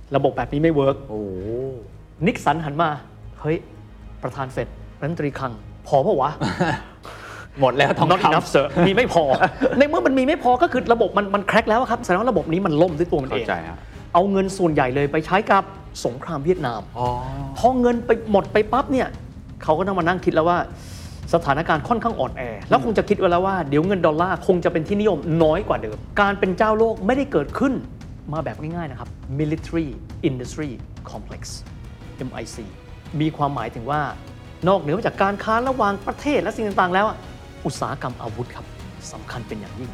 ระบบแบบนี้ไม่เวิร์กโอ้นิกสันหันมาเฮ้ยประธานเฟดรัฐมนตรีคลังพอเปล่าวะหมดแล้วทอง not คำ enough sir มีไม่พอ ในเมื่อมันมีไม่พอก็คือระบบมันแคร็กแล้วครับแสดงว่าระบบนี้มันล่มด้วยตัวมันเองเข้าใจครับเอาเงินส่วนใหญ่เลยไปใช้กับสงครามเวียดนามพอเงินไปหมดไปปั๊บเนี่ยเขาก็ต้องมานั่งคิดแล้วว่าสถานการณ์ค่อนข้างอ่อนแอแล้วคงจะคิดไว้แล้วว่าเดี๋ยวเงินดอลลาร์คงจะเป็นที่นิยมน้อยกว่าเดิมการเป็นเจ้าโลกไม่ได้เกิดขึ้นมาแบบง่ายๆนะครับ Military Industry Complex MIC มีความหมายถึงว่านอกเหนือจากการค้าระหว่างประเทศและสิ่งต่างๆแล้วอุตสาหกรรมอาวุธครับสำคัญเป็นอย่างยิ่ง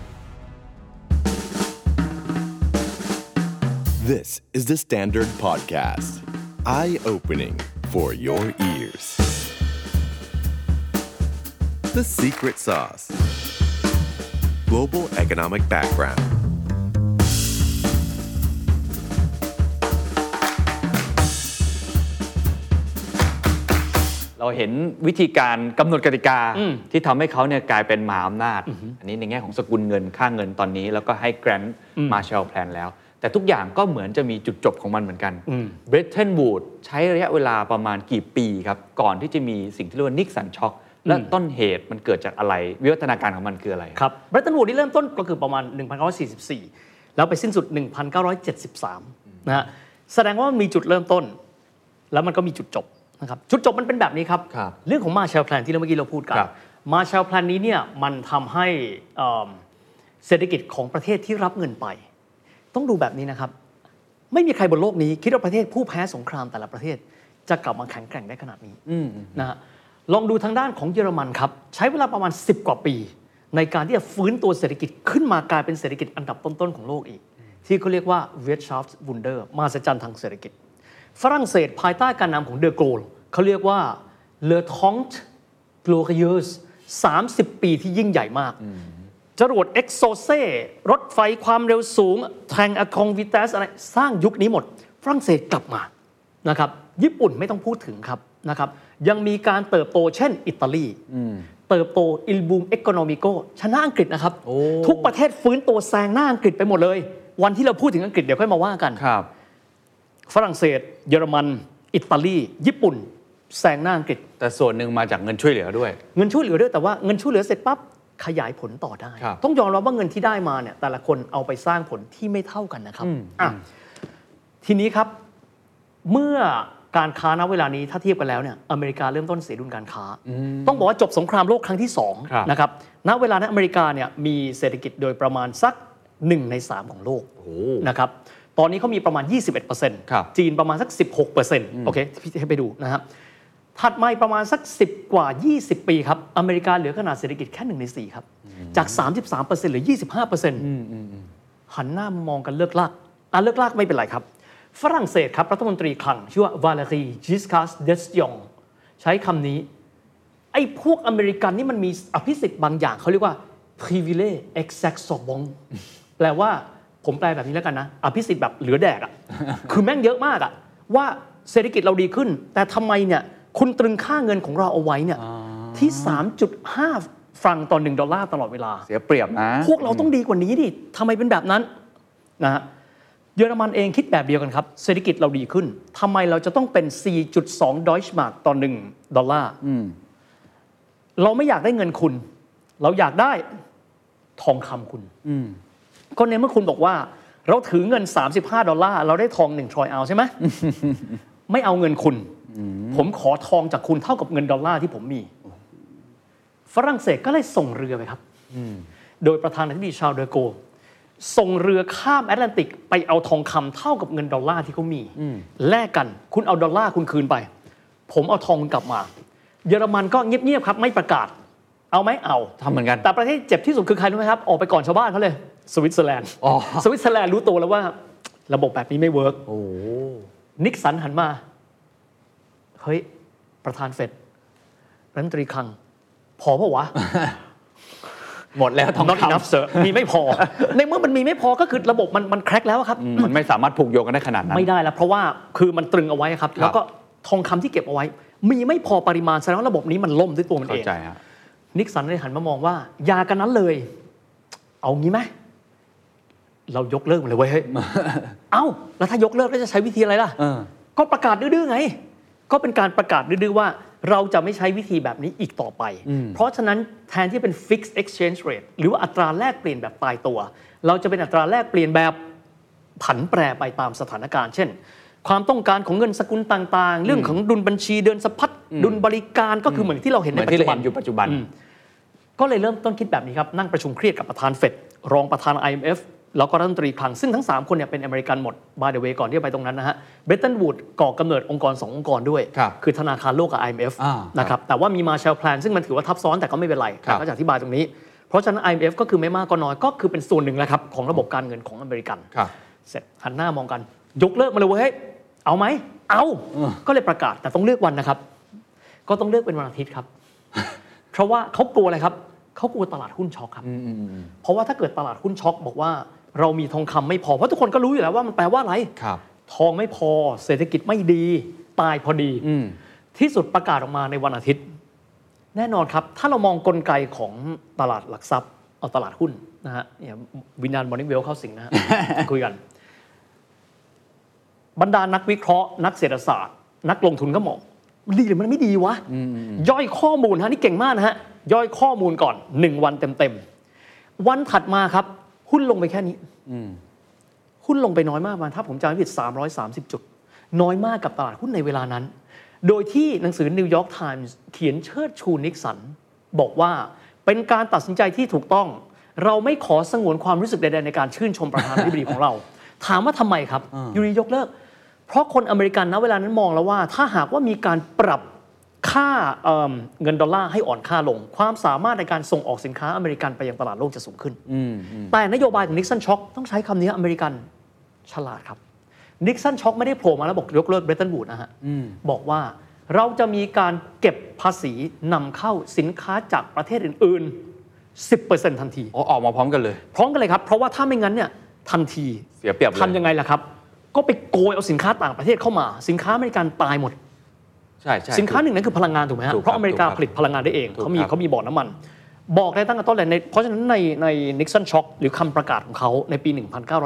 This is the Standard Podcast. Eye-opening for your ears. The Secret Sauce. Global Economic Background. เราเห็นวิธีการกำหนดกติกาที่ทำให้เขาเนี่ยกลายเป็นมหาอำนาจอันนี้ในแง่ของสกุลเงินค่าเงินตอนนี้แล้วก็ให้แกรนด์มาร์แชลล์แพลนแล้วแต่ทุกอย่างก็เหมือนจะมีจุดจบของมันเหมือนกันเบรตเทนวูดใช้ระยะเวลาประมาณกี่ปีครับก่อนที่จะมีสิ่งที่เรียกว่านิกสันช็อคและต้นเหตุมันเกิดจากอะไรวิวัฒนาการของมันคืออะไรครับเบรตเทนวูดที่เริ่มต้นก็คือประมาณ 1944 แล้วไปสิ้นสุด 1973 นะฮะแสดงว่ามันมีจุดเริ่มต้นแล้วมันก็มีจุดจบนะครับจุดจบมันเป็นแบบนี้ครับเรื่องของมาร์แชลล์แพลนที่เมื่อกี้เราพูดกันมาร์แชลล์แพลนนี้เนี่ยมันทำให้เศรษฐกิจของประเทศที่รับเงินไปต้องดูแบบนี้นะครับไม่มีใครบนโลกนี้คิดว่าประเทศผู้แพ้สงครามแต่ละประเทศจะกลับมาแข็งแกร่งได้ขนาดนี้นะฮะลองดูทางด้านของเยอรมันครับใช้เวลาประมาณ10 กว่าปีในการที่จะฟื้นตัวเศรษฐกิจขึ้นมากลายเป็นเศรษฐกิจอันดับต้นๆของโลกอีกที่เขาเรียกว่า Wirtschaftswunder มหัศจรรย์ทางเศรษฐกิจฝรั่งเศสภายใต้การนำของเดอโกลเขาเรียกว่า Le Temps Glorieux 30 ปีที่ยิ่งใหญ่มากจรวดเอ็กโซเซ่รถไฟความเร็วสูงแทงอะคองวิเตสอะไรสร้างยุคนี้หมดฝรั่งเศสกลับมานะครับญี่ปุ่นไม่ต้องพูดถึงครับนะครับยังมีการเติบโตเช่นอิตาลีเติบโตอิลบูมเอโคโนมิโกชนะอังกฤษนะครับทุกประเทศฟื้นตัวแซงหน้าอังกฤษไปหมดเลยวันที่เราพูดถึงอังกฤษเดี๋ยวค่อยมาว่ากันฝรั่งเศสเยอรมันอิตาลีญี่ปุ่นแซงหน้าอังกฤษแต่ส่วนหนึ่งมาจากเงินช่วยเหลือด้วยเงินช่วยเหลือด้วยแต่ว่าเงินช่วยเหลือเสร็จปั๊บขยายผลต่อได้ต้องยอมรับว่าเงินที่ได้มาเนี่ยแต่ละคนเอาไปสร้างผลที่ไม่เท่ากันนะครับทีนี้ครับเมื่อการค้าณเวลานี้ถ้าเทียบกันแล้วเนี่ยอเมริกาเริ่มต้นเสียดุลการค้าต้องบอกว่าจบสงครามโลกครั้งที่2นะครับณเวลานั้นอเมริกาเนี่ยมีเศรษฐกิจโดยประมาณสัก1 ใน 3ของโลกนะครับตอนนี้เขามีประมาณ 21% จีนประมาณสัก 16% โอเคให้ไปดูนะครับถัดมาประมาณสัก10 กว่า 20 ปีครับอเมริกาเหลือขนาดเศรษฐกิจแค่1 ใน 4ครับจาก 33% เหลือ 25% หันหน้ามองกันเลิกลากเลิกลากไม่เป็นไรครับฝรั่งเศสครับรัฐมนตรีคลังชื่อว่า Valéry Giscard d'Estaing ใช้คำนี้ไอ้พวกอเมริกันนี่มันมีอภิสิทธิ์บางอย่างเขาเรียกว่า privilège exacerbant แปลว่าผมแปลแบบนี้แล้วกันนะอภิสิทธิ์แบบเหลือแดกอ่ะ คือแม่งเยอะมากอ่ะว่าเศรษฐกิจเราดีขึ้นแต่ทำไมเนี่ยคุณตรึงค่าเงินของเราเอาไว้เนี่ยที่ 3.5 ฟรังต่อ1 ดอลลาร์ตลอดเวลาเสียเปรียบนะพวกเราต้องดีกว่านี้ดิทำไมเป็นแบบนั้นนะฮะเยอรมันเองคิดแบบเดียวกันครับเศรษฐกิจเราดีขึ้นทำไมเราจะต้องเป็น 4.2 ดอยช์มาร์กต่อ1 ดอลลาร์เราไม่อยากได้เงินคุณเราอยากได้ทองคำคุณก็ในเมื่อคุณบอกว่าเราถือเงิน$35เราได้ทอง1 ทรอยออนซ์ใช่ไหม ไม่เอาเงินคุณผมขอทองจากคุณเท่ากับเงินดอลลาร์ที่ผมมีฝรั่งเศสก็เลยส่งเรือไปครับโดยประธานาธิบดีชาร์ลส์เดอโกลส่งเรือข้ามแอตแลนติกไปเอาทองคำเท่ากับเงินดอลลาร์ที่เขามีแลกกันคุณเอาดอลลาร์คุณคืนไปผมเอาทองกลับมาเยอรมันก็เงียบๆครับไม่ประกาศเอาไหมเอาทำเหมือนกันแต่ประเทศเจ็บที่สุดคือใครรู้ไหมครับออกไปก่อนชาวบ้านเขาเลยสวิตเซอร์แลนด์สวิตเซอร์แลนด์รู้ตัวแล้วว่าระบบแบบนี้ไม่เวิร์กนิกสันหันมาเฮ้ยประธานเฟดรัฐมนตรีคลังพอเปล่าวะหมดแล้วทองคำ not enough sir มีไม่พอ ในเมื่อมันมีไม่พอก็คือระบบมันแคร็กแล้วครับมันไม่สามารถผูกโยงกันได้ขนาดนั้นไม่ได้แล้วเพราะว่าคือมันตรึงเอาไว้ครับแล้วก็ทองคำที่เก็บเอาไว้มีไม่พอปริมาณแสดงว่าระบบนี้มันล่มด้วยตัวมันเองเข้าใจครับนิกสันเลยหันมามองว่าอย่ากันนั้นเลยเอางี้ไหมเรายกเลิกมันเลยเว้ย เอ้าแล้วถ้ายกเลิกแล้วจะใช้วิธีอะไรล่ะก็ประกาศดื้อๆไงก็เป็นการประกาศดื้อๆว่าเราจะไม่ใช้วิธีแบบนี้อีกต่อไปเพราะฉะนั้นแทนที่เป็น fixed exchange rate หรือว่าอัตราแลกเปลี่ยนแบบตายตัวเราจะเป็นอัตราแลกเปลี่ยนแบบผันแปรไปตามสถานการณ์เช่นความต้องการของเงินสกุลต่างๆเรื่องของดุลบัญชีเดินสะพัดดุลบริการก็คือเหมือนที่เราเห็นในปัจจุบันก็เลยเริ่มต้นคิดแบบนี้ครับนั่งประชุมเครียดกับประธานเฟดรองประธาน IMF แล้วก็รัฐมนตรีคลังซึ่งทั้ง3คนเนี่ยเป็นอเมริกันหมด by the way ก่อนที่จะไปตรงนั้นนะฮะเบรตันวูดก่อกำเนิดองค์กร2องค์กรด้วยคือธนาคารโลกกับ IMF นะครับแต่ว่ามี Marshall Plan ซึ่งมันถือว่าทับซ้อนแต่ก็ไม่เป็นไรก็จะอธิบายตรงนี้เพราะฉะนั้น IMF ก็คือไม่มากก็น้อยก็คือเป็นส่วนหนึ่งแหละครับของระบบการเงินของอเมริกันเสร็จหันหน้ามองกันยกเลิกมาเลยเว้ยเอาไหมเอาก็เลยประกาศแต่ต้องเลือกวันนะครับก็ต้องเลือกเป็นวันอาทิตย์ครับเพราะว่าเขากลัวอะไรครับเขากลัวตลาดหุ้นช็อกครับเพราะว่าถ้าเกิดตลาดหุ้นช็อกบอกว่าเรามีทองคำไม่พอเพราะทุกคนก็รู้อยู่แล้วว่ามันแปลว่าอะไรทองไม่พอเศรษฐกิจไม่ดีตายพอดีที่สุดประกาศออกมาในวันอาทิตย์แน่นอนครับถ้าเรามองกลไกของตลาดหลักทรัพย์เอาตลาดหุ้นนะฮะวิญญาณมอร์นิ่งเวลเข้าสิงนะฮะ คุยกันบรรดานักวิเคราะห์นักเศรษฐศาสตร์นักลงทุนก็มองมันดีหรือมันไม่ดีวะย่อยข้อมูลฮะนี่เก่งมากนะฮะย่อยข้อมูลก่อน1วันเต็มๆวันถัดมาครับหุ้นลงไปแค่นี้หุ้นลงไปน้อยมากถ้าผมจำไม่ผิด330จุดน้อยมากกับตลาดหุ้นในเวลานั้นโดยที่หนังสือนิวยอร์กไทมส์เขียนเชิดชูนิกสันบอกว่าเป็นการตัดสินใจที่ถูกต้องเราไม่ขอสงวนความรู้สึกใดๆในการชื่นชมประธานาธิบดีของเราถามว่าทำไมครับยูริยกเลิกเพราะคนอเมริกันณเวลานั้นมองแล้วว่าถ้าหากว่ามีการปรับค่าเงินดอลลาร์ให้อ่อนค่าลงความสามารถในการส่งออกสินค้าอเมริกันไปยังตลาดโลกจะสูงขึ้นแต่นโยบายของนิกสันช็อคต้องใช้คำนี้อเมริกันฉลาดครับนิกสันช็อคไม่ได้โผล่มาแล้วบอกยกเลิกเบรตันวูดนะฮะบอกว่าเราจะมีการเก็บภาษีนำเข้าสินค้าจากประเทศอื่นๆ 10% ทันทีออกมาพร้อมกันเลยครับเพราะว่าถ้าไม่งั้นเนี่ยทันทีเสียเปรียบเลยทำยังไงล่ะครับก็ไปโกยเอาสินค้าต่างประเทศเข้ามาสินค้าอเมริกันตายหมดใช่สินค้าหนึ่งนั้นคือพลังงานถูกไหมฮะเพราะอเมริกาผลิตพลังงานได้เองเขามีบ่อน้ำมันบอกได้ตั้งแต่ต้นเลยเพราะฉะนั้นในนิกสันช็อคหรือคำประกาศของเขาในปี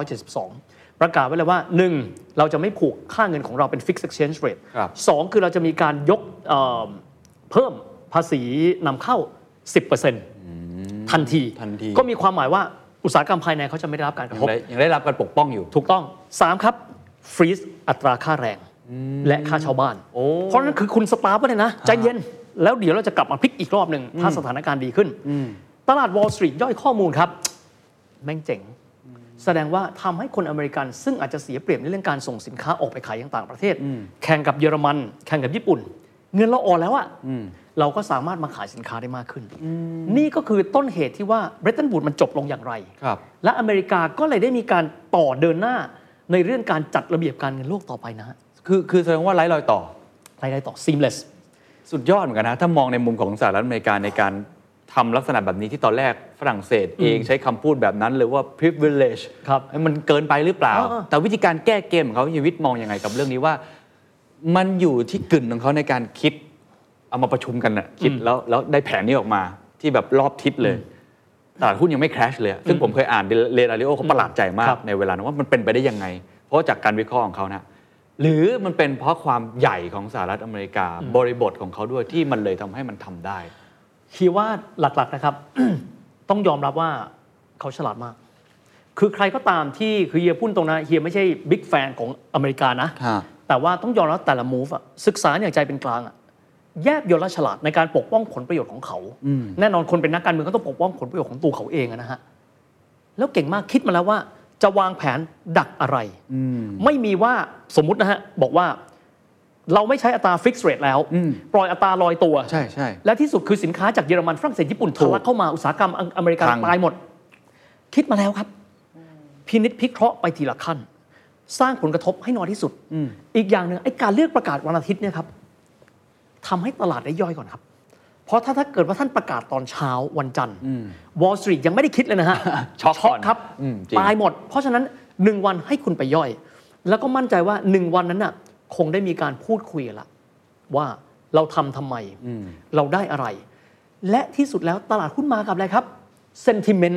1972 ประกาศไว้เลยว่า 1. เราจะไม่ผูกค่าเงินของเราเป็น fixed exchange rate 2. คือเราจะมีการยกเพิ่มภาษีนำเข้า 10% ทันทีก็มีความหมายว่าอุตสาหกรรมภายในเขาจะไม่ได้รับการกระทบยังได้รับการปกป้องอยู่ถูกต้อง 3. ครับฟรีซอัตราค่าแรงและค่าชาวบ้านเพราะนั้นคือคุณสตาร์ฟไว้เลยนะใจเย็นแล้วเดี๋ยวเราจะกลับมาพลิกอีกรอบหนึ่งถ้าสถานการณ์ดีขึ้นตลาด Wall Street ย่อยข้อมูลครับแม่งเจ๋งแสดงว่าทำให้คนอเมริกันซึ่งอาจจะเสียเปรียบในเรื่องการส่งสินค้าออกไปขายยังต่างประเทศแข่งกับเยอรมันแข่งกับญี่ปุ่นเงินเราอ่อนแล้วอะเราก็สามารถมาขายสินค้าได้มากขึ้นนี่ก็คือต้นเหตุที่ว่าเบรตันวูดมันจบลงอย่างไรและอเมริกาก็เลยได้มีการต่อเดินหน้าในเรื่องการจัดระเบียบการเงินโลกต่อไปนะคือแสดงว่าไร้รอยต่อ seamless สุดยอดเหมือนกันนะถ้ามองในมุมของสหรัฐอเมริกาในการทำลักษณะแบบนี้ที่ตอนแรกฝรั่งเศสเองใช้คำพูดแบบนั้นเลยว่า privilege มันเกินไปหรือเปล่าแต่วิธีการแก้เกมของเขาชีวิตมองยังไงกับเรื่องนี้ว่ามันอยู่ที่กึ่นของเขาในการคิดเอามาประชุมกันนะคิดแล้วได้แผนนี้ออกมาที่แบบรอบทิศเลยตลาดหุ้นยังไม่แครชเลยซึ่งผมเคยอ่านเรดาริโอเขาประหลาดใจมากในเวลานั้นว่ามันเป็นไปได้ยังไงเพราะจากการวิเคราะห์ของเขานะหรือมันเป็นเพราะความใหญ่ของสหรัฐอเมริกาบริบทของเขาด้วยที่มันเลยทำให้มันทำได้คิดว่าหลักๆนะครับ ต้องยอมรับว่าเขาฉลาดมากคือใครก็ตามที่คือเฮียพูดตรงนะเฮียไม่ใช่บิ๊กแฟนของอเมริกานะแต่ว่าต้องยอมรับแต่ละมูฟศึกษาอย่างใจเป็นกลางแยบยลและฉลาดในการปกป้องผลประโยชน์ของเขาแน่นอนคนเป็นนักการเมืองก็ต้องปกป้องผลประโยชน์ของตัวเขาเองนะฮะแล้วเก่งมากคิดมาแล้วว่าจะวางแผนดักอะไรไม่มีว่าสมมุตินะฮะบอกว่าเราไม่ใช้อัตราฟิกซ์เรทแล้วปล่อยอัตราลอยตัวใช่และที่สุดคือสินค้าจากเยอรมันฝรั่งเศสญี่ปุ่นทะลักเข้ามาอุตสาหกรรมอเมริกันตายหมดคิดมาแล้วครับพินิจพิเคราะห์ไปทีละขั้นสร้างผลกระทบให้น้อยที่สุดอีกอย่างนึงไอ้การเลือกประกาศวันอาทิตย์เนี่ยครับทำให้ตลาดได้ย่อยก่อนครับเพราะถ้าเกิดว่าท่านประกาศตอนเช้าวันจันทร์ Wall Street ยังไม่ได้คิดเลยนะฮะ ช็อกครับตายหมดเพราะฉะนั้น1วันให้คุณไปย่อยแล้วก็มั่นใจว่า1วันนั้นน่ะคงได้มีการพูดคุยละว่าเราทำไมเราได้อะไรและที่สุดแล้วตลาดหุ้นมากับอะไรครับ sentiment ครับ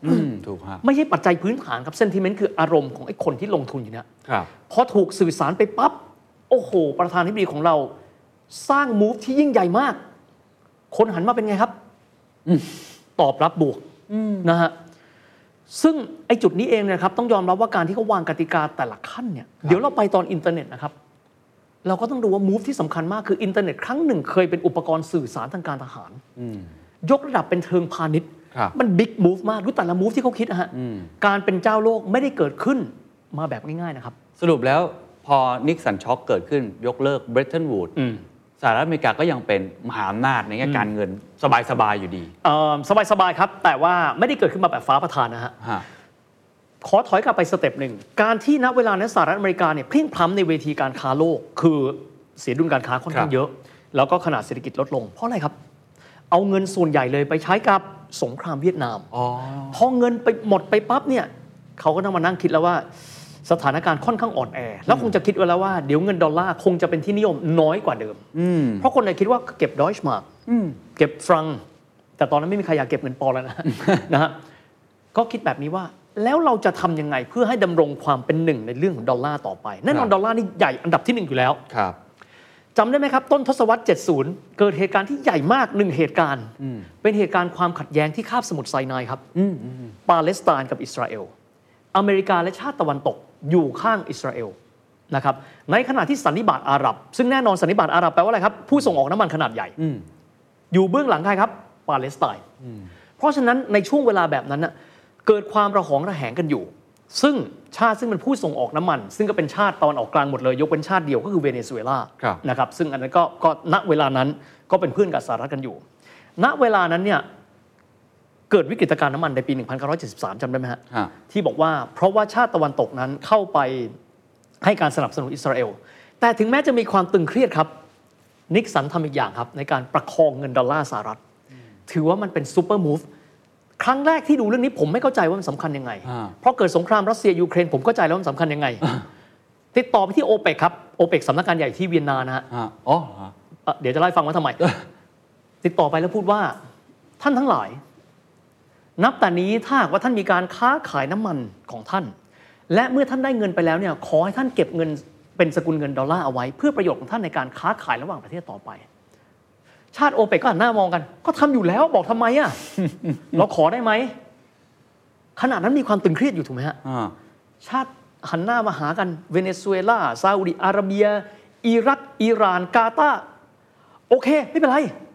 ถูกฮะไม่ใช่ปัจจัยพื้นฐานครับ sentiment คืออารมณ์ของไอ้คนที่ลงทุนอยู่เนี่ยพอถูกสื่อสารไปปั๊บโอ้โหประธานาธิบดีของเราสร้าง move ที่ยิ่งใหญ่มากคนหันมาเป็นไงครับตอบรับบวกนะฮะซึ่งไอ้จุดนี้เองนะครับต้องยอมรับว่าการที่เขาวางกติกาแต่ละขั้นเนี่ยเดี๋ยวเราไปตอนอินเทอร์เน็ตนะครับเราก็ต้องดูว่า move ที่สำคัญมากคืออินเทอร์เน็ตครั้งหนึ่งเคยเป็นอุปกรณ์สื่อสารทางการทหารยกระดับเป็นเชิงพาณิชย์มัน big move มากรู้แต่ละ move ที่เขาคิดฮะการเป็นเจ้าโลกไม่ได้เกิดขึ้นมาแบบง่ายๆนะครับสรุปแล้วพอนิกสันช็อคเกิดขึ้นยกเลิกเบรตันวูดสหรัฐอเมริกาก็ยังเป็นมหาอำนาจในแง่การเงินสบายๆอยู่ดีสบายๆครับแต่ว่าไม่ได้เกิดขึ้นมาแบบฟ้าประทานนะฮะขอถอยกลับไปสเต็ปหนึ่งการที่ณเวลานั้นสหรัฐอเมริกาเนี่ยพลิ่งพล้ำในเวทีการค้าโลกคือเสียดุลการค้าค่อนข้างเยอะแล้วก็ขนาดเศรษฐกิจลดลงเพราะอะไรครับเอาเงินส่วนใหญ่เลยไปใช้กับสงครามเวียดนามพอเงินไปหมดไปปั๊บเนี่ยเขาก็ต้องมานั่งคิดแล้วว่าสถานการณ์ค่อนข้างอ่อนแอแล้วคงจะคิดไว้แล้วว่าเดี๋ยวเงินดอลลาร์คงจะเป็นที่นิยมน้อยกว่าเดิมเพราะคนเลยคิดว่าเก็บดอยช์มาร์กเก็บฟรังแต่ตอนนั้นไม่มีใครอยากเก็บเงินปอนด์แล้วนะฮะก็คิดแบบนี้ว่าแล้วเราจะทำยังไงเพื่อให้ดำรงความเป็นหนึ่งในเรื่องของดอลลาร์ต่อไปแน่นอนดอลลาร์นี่ใหญ่อันดับที่1อยู่แล้วจำได้ไหมครับต้นทศวรรษ70เกิดเหตุการณ์ที่ใหญ่มาก1เหตุการณ์เป็นเหตุการณ์ความขัดแย้งที่คาบสมุทรไซนายครับปาเลสไตน์กับอิสราเอลอเมริกาและชาติตะวันตกอยู่ข้างอิสราเอลนะครับในขณะที่สันนิบาตอาหรับซึ่งแน่นอนสันนิบาตอาหรับแปลว่าอะไรครับผู้ส่งออกน้ำมันขนาดใหญ่อยู่เบื้องหลังใครครับปาเลสไตน์เพราะฉะนั้นในช่วงเวลาแบบนั้นนะเกิดความระหองระแหงกันอยู่ซึ่งชาติซึ่งเป็นผู้ส่งออกน้ำมันซึ่งก็เป็นชาติตะวันออกกลางหมดเลยยกเป็นชาติเดียวก็คือเวเนซุเอลานะครับซึ่งอันนั้นก็ณเวลานั้นก็เป็นเพื่อนกับสหรัฐกันอยู่ณเวลานั้นเนี่ยเกิดวิกฤตการณ์น้ำมันในปี 1973 จำได้ไหมฮะที่บอกว่าเพราะว่าชาติตะวันตกนั้นเข้าไปให้การสนับสนุนอิสราเอลแต่ถึงแม้จะมีความตึงเครียดครับนิกสันทำอีกอย่างครับในการประคองเงินดอลลาร์สหรัฐถือว่ามันเป็นซูเปอร์มูฟครั้งแรกที่ดูเรื่องนี้ผมไม่เข้าใจว่ามันสำคัญยังไงเพราะเกิดสงครามรัสเซียยูเครนผมเข้าใจแล้วมันสำคัญยังไงติดต่อไปที่โอเปกครับโอเปกสำนักงานใหญ่ที่เวียนนานะฮะเดี๋ยวจะเล่าให้ฟังว่าทำไมติดต่อไปแล้วพูดว่าท่านทั้งหลายนับแต่นี้ถ้าหากว่าท่านมีการค้าขายน้ำมันของท่านและเมื่อท่านได้เงินไปแล้วเนี่ยขอให้ท่านเก็บเงินเป็นสกุลเงินดอลลาร์เอาไว้เพื่อประโยชน์ของท่านในการค้าขายระหว่างประเทศต่อไปชาติโอเปกก็หันหน้ามองกันก็ทำอยู่แล้วบอกทำไมอ่ะ เราขอได้ไหมขณะนั้นมีความตึงเครียดอยู่ถูกไหมฮะชาติหันหน้ามาหากันเวเนซุเอลาซาอุดิอาระเบียอิรักอิหร่านกาตาร์โอเคไม่เป็นไร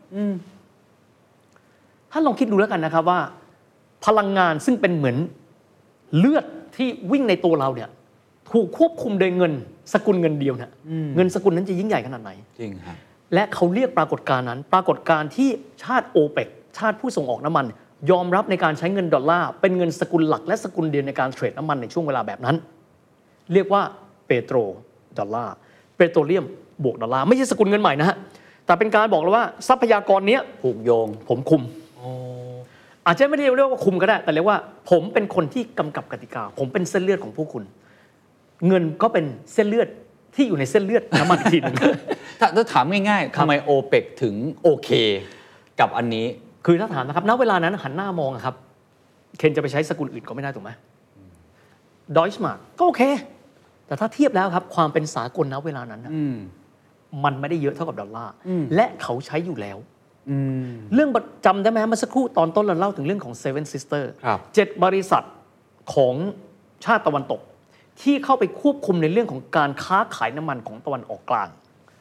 ท่านลองคิดดูแล้วกันนะครับว่าพลังงานซึ่งเป็นเหมือนเลือดที่วิ่งในตัวเราเนี่ยถูกควบคุมโดยเงินสกุลเงินเดียวเนี่ยเงินสกุลนั้นจะยิ่งใหญ่ขนาดไหนจริงครับและเขาเรียกปรากฏการณ์นั้นปรากฏการณ์ที่ชาติโอเปกชาติผู้ส่งออกน้ำมันยอมรับในการใช้เงินดอลลาร์เป็นเงินสกุลหลักและสกุลเดียวในการเทรดน้ำมันในช่วงเวลาแบบนั้นเรียกว่าเปโตรดอลลาร์เปโตรเลียมบวกดอลลาร์ไม่ใช่สกุลเงินใหม่นะฮะแต่เป็นการบอกเลยว่าทรัพยากรนี้ผูกโยงผมคุมอาจจะไม่ได้เรียกว่าคุมก็ได้แต่เรียกว่าผมเป็นคนที่กำกับกติกาผมเป็นเส้นเลือดของพวกคุณเงินก็เป็นเส้นเลือดที่อยู่ในเส้นเลือดน้ำมันทีนึงถ้าถามง่ายๆทำไมโอเปกถึงโอเคกับอันนี้คือถ้าถามนะครับณเวลานั้นหันหน้ามองครับเคนจะไปใช้สกุลอื่นก็ไม่ได้ถูกไหมดอยช์มาร์กก็โอเคแต่ถ้าเทียบแล้วครับความเป็นสากลณเวลานั้นมันไม่ได้เยอะเท่ากับดอลลาร์และเขาใช้อยู่แล้วเรื่องจำได้ไหมเมื่อสักครู่ตอนต้นเราเล่าถึงเรื่องของ Seven Sister 7 บริษัทของชาติตะวันตกที่เข้าไปควบคุมในเรื่องของการค้าขายน้ำมันของตะวันออกกลาง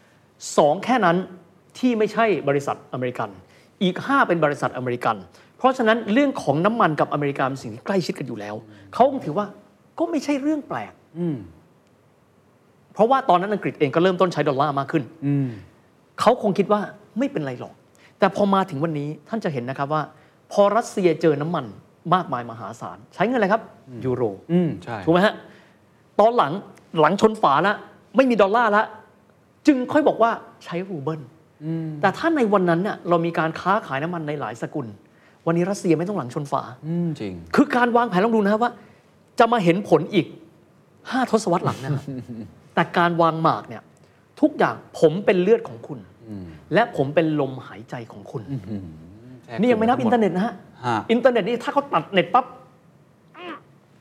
2แค่นั้นที่ไม่ใช่บริษัทอเมริกันอีก5เป็นบริษัทอเมริกันเพราะฉะนั้นเรื่องของน้ำมันกับอเมริกาเป็นสิ่งที่ใกล้ชิดกันอยู่แล้วเขาถือว่าก็ไม่ใช่เรื่องแปลกเพราะว่าตอนนั้นอังกฤษเองก็เริ่มต้นใช้ดอลลาร์มากขึ้นเขาคงคิดว่าไม่เป็นไรหรอกแต่พอมาถึงวันนี้ท่านจะเห็นนะครับว่าพอรัสเซียเจอน้ำมันมากมายมหาศาลใช้เงินอะไรครับยูโรถูกไหมฮะตอนหลังชนฝาแล้วไม่มีดอลลาร์แล้วจึงค่อยบอกว่าใช้รูเบิลแต่ถ้าในวันนั้นเนี่ยเรามีการค้าขายน้ำมันในหลายสกุลวันนี้รัสเซียไม่ต้องหลังชนฝาจริงคือการวางแผนลองดูนะครับว่าจะมาเห็นผลอีก5 ทศวรรษหลังนะครับแต่การวางหมากเนี่ยทุกอย่างผมเป็นเลือดของคุณและผมเป็นลมหายใจของคุณนี่ยังไม่นับอินเทอร์เน็ตนะฮะอินเทอร์เน็ตนี่ถ้าเขาตัดเน็ตปั๊บ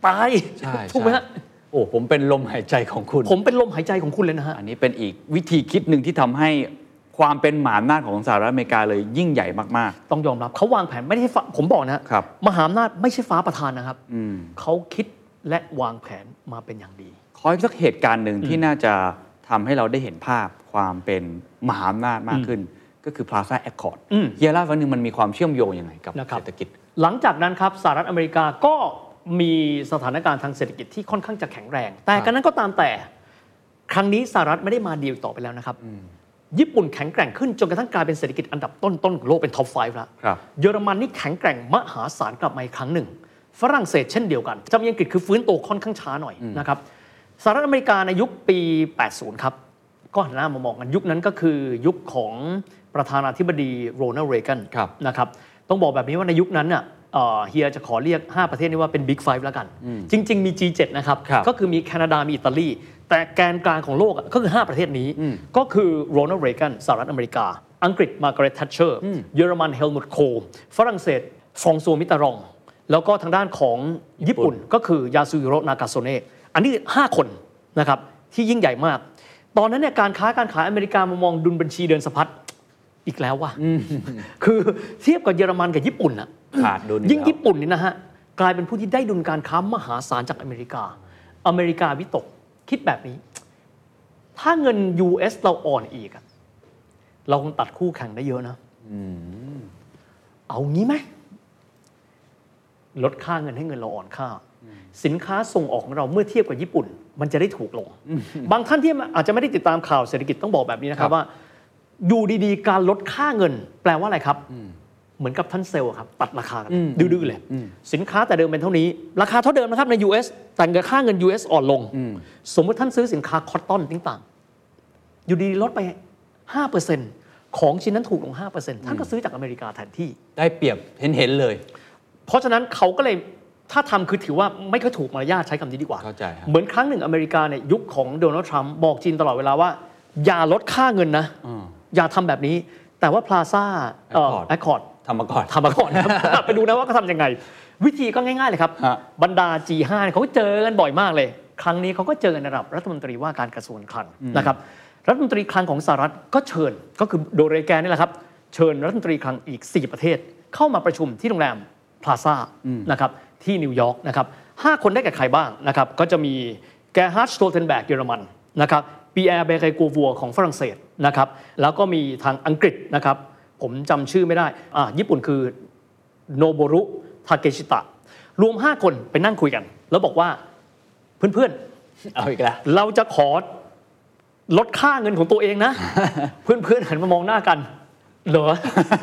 ตายใช่ถูกไหมฮะโอ้ผมเป็นลมหายใจของคุณผมเป็นลมหายใจของคุณเลยนะฮะอันนี้เป็นอีกวิธีคิดหนึ่งที่ทำให้ความเป็นมหาอำนาจของสหรัฐอเมริกาเลยยิ่งใหญ่มากต้องยอมรับเขาวางแผนไม่ได้ผมบอกนะครับ มหาอำนาจไม่ใช่ฟ้าประทานนะครับเขาคิดและวางแผนมาเป็นอย่างดีขออีกสักเหตุการณ์หนึ่งที่น่าจะทำให้เราได้เห็นภาพความเป็นมหาอำนาจมากขึ้นก็คือ Plaza Accord เฮียเล่าวันหนึ่งมันมีความเชื่อมโยงยังไงกับเศรษฐกิจหลังจากนั้นครับสหรัฐอเมริกาก็มีสถานการณ์ทางเศรษฐกิจที่ค่อนข้างจะแข็งแรงแต่กันนั้นก็ตามแต่ครั้งนี้สหรัฐไม่ได้มาดีลต่อไปแล้วนะครับญี่ปุ่นแข็งแกร่งขึ้นจนกระทั่งกลายเป็นเศรษฐกิจอันดับต้นๆของโลกเป็นท็อป 5 แล้วเยอรมันนี่แข็งแกร่งมหาศาลกลับมาอีกครั้งหนึ่งฝรั่งเศสเช่นเดียวกันจะมีอังกฤษคือฟื้นตัวค่อนข้างช้าหน่อยนะครับสหรัฐอเมริกาในยุคปี 80 ครับก็หันหน้ามามองกันยุคนั้นก็คือยุคของประธานาธิบดีโรนัลด์ เรแกนนะครับต้องบอกแบบนี้ว่าในยุคนั้นน่ะเฮียจะขอเรียก5ประเทศนี้ว่าเป็น Big 5 แล้วกันจริงๆมี G7 นะครับก็คือมีแคนาดามีอิตาลีแต่แกนกลางของโลกก็คือ5ประเทศนี้ก็คือโรนัลด์ เรแกนสหรัฐอเมริกาอังกฤษมาร์กาเร็ต แททเชอร์เยอรมันเฮลมุต โคลฝรั่งเศสฟรองซัว มิตเตอรองแล้วก็ทางด้านของญี่ปุ่นก็คือยาสุฮิโร นากาโซเนะอันนี้5คนนะครับที่ยิ่งใหญ่มากตอนนั้นเนี่ยการค้าการขายอเมริกามามองดุลบัญชีเดินสะพัดอีกแล้วว่ะคือเทียบกับเยอรมันกับญี่ปุ่นอะขาดดุลยิ่งญี่ปุ่นนี่นะฮะกลายเป็นผู้ที่ได้ดุลการค้ามหาศาลจากอเมริกาวิตกคิดแบบนี้ถ้าเงิน US เราอ่อนอีกเราคงตัดคู่แข่งได้เยอะนะเอางี้ไหมลดค่าเงินให้เงินเราอ่อนค่าสินค้าส่งออกของเราเมื่อเทียบกับญี่ปุ่นมันจะได้ถูกลงบางท่านที่อาจจะไม่ได้ติดตามข่าวเศรษฐกิจต้องบอกแบบนี้นะครับว่าอยู่ดีๆการลดค่าเงินแปลว่าอะไรครับเหมือนกับท่านเซลล์ครับตัดราคากันดื้อๆเลยสินค้าแต่เดิมเป็นเท่านี้ราคาเท่าเดิมนะครับใน US แต่เงินค่าเงิน US อ่อนลงสมมติท่านซื้อสินค้าคอตตอนต่างๆอยู่ดีๆลดไป 5% ของชิ้นนั้นถูกลง 5% ท่านก็ซื้อจากอเมริกาแทนที่ได้เปรียบเห็นๆเลยเพราะฉะนั้นเขาก็เลยถ้าทำคือถือว่าไม่ค่อยถูกมารยาทใช้คำนี้ดีกว่าเข้าใจเหมือนครั้งหนึ่งอเมริกาเนี่ยยุคของโดนัลด์ทรัมป์บอกจีนตลอดเวลาว่าอย่าลดค่าเงินนะอย่าทำแบบนี้แต่ว่า Plaza Accord ทำมาก่อนไปดูนะว่าเขาทำยังไงวิธีก็ง่ายๆเลยครับบรรดา G5 เขาเจอกันบ่อยมากเลยครั้งนี้เขาก็เจอในระดับรัฐมนตรีว่าการกระทรวงคลังนะครับรัฐมนตรีคลังของสหรัฐก็เชิญก็คือโดเรแกนนี่แหละครับเชิญรัฐมนตรีคลังอีก4ประเทศเข้ามาประชุมที่โรงแรม Plaza นะครับที่นิวยอร์กนะครับ5คนได้แก่ใครบ้างนะครับก็จะมีแกฮาร์ด สโตลเทนแบกเยอรมันนะครับปีแอร์เบเกโกวัวของฝรั่งเศสนะครับแล้วก็มีทางอังกฤษนะครับผมจำชื่อไม่ได้ญี่ปุ่นคือโนโบรุทาเกชิตะรวม5คนไปนั่งคุยกันแล้วบอกว่าเพื่อนๆเอาอีกแล้วเราจะขอลดค่าเงินของตัวเองนะ เพื่อนๆหันมามองหน้ากันเหรอ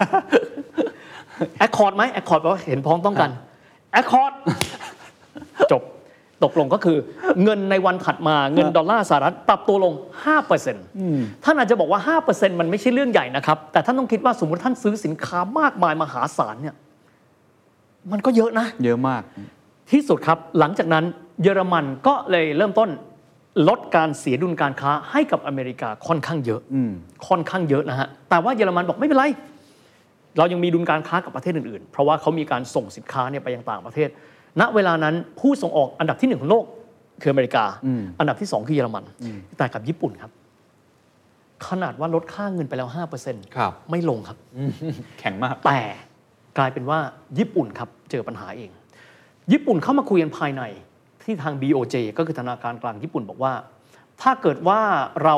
แอคคอร์ดไหมแอคคอร์ดแปลว่าเห็นพ้องต้องกันแอคคอร์ดจบตกลงก็คือเงินในวันถัดมาเงินดอลลาร์สหรัฐปรับตัวลง 5% ท่านอาจจะบอกว่า 5% มันไม่ใช่เรื่องใหญ่นะครับแต่ท่านต้องคิดว่าสมมติท่านซื้อสินค้ามากมายมหาศาลเนี่ยมันก็เยอะนะเยอะมากที่สุดครับหลังจากนั้นเยอรมันก็เลยเริ่มต้นลดการเสียดุลการค้าให้กับอเมริกาค่อนข้างเยอะนะฮะแต่ว่าเยอรมันบอกไม่เป็นไรเรายังมีดุลการค้ากับประเทศอื่นๆเพราะว่าเขามีการส่งสินค้าเนี่ยไปยังต่างประเทศณเวลานั้นผู้ส่งออกอันดับที่1ของโลกคืออเมริกาอันดับที่2คือเยอรมันแต่กับญี่ปุ่นครับขนาดว่าลดค่าเงินไปแล้ว 5% ไม่ลงครับแข็งมากแต่กลายเป็นว่าญี่ปุ่นครับเจอปัญหาเองญี่ปุ่นเข้ามาคุยกันภายในที่ทาง BOJ ก็คือธนาคารกลางญี่ปุ่นบอกว่าถ้าเกิดว่าเรา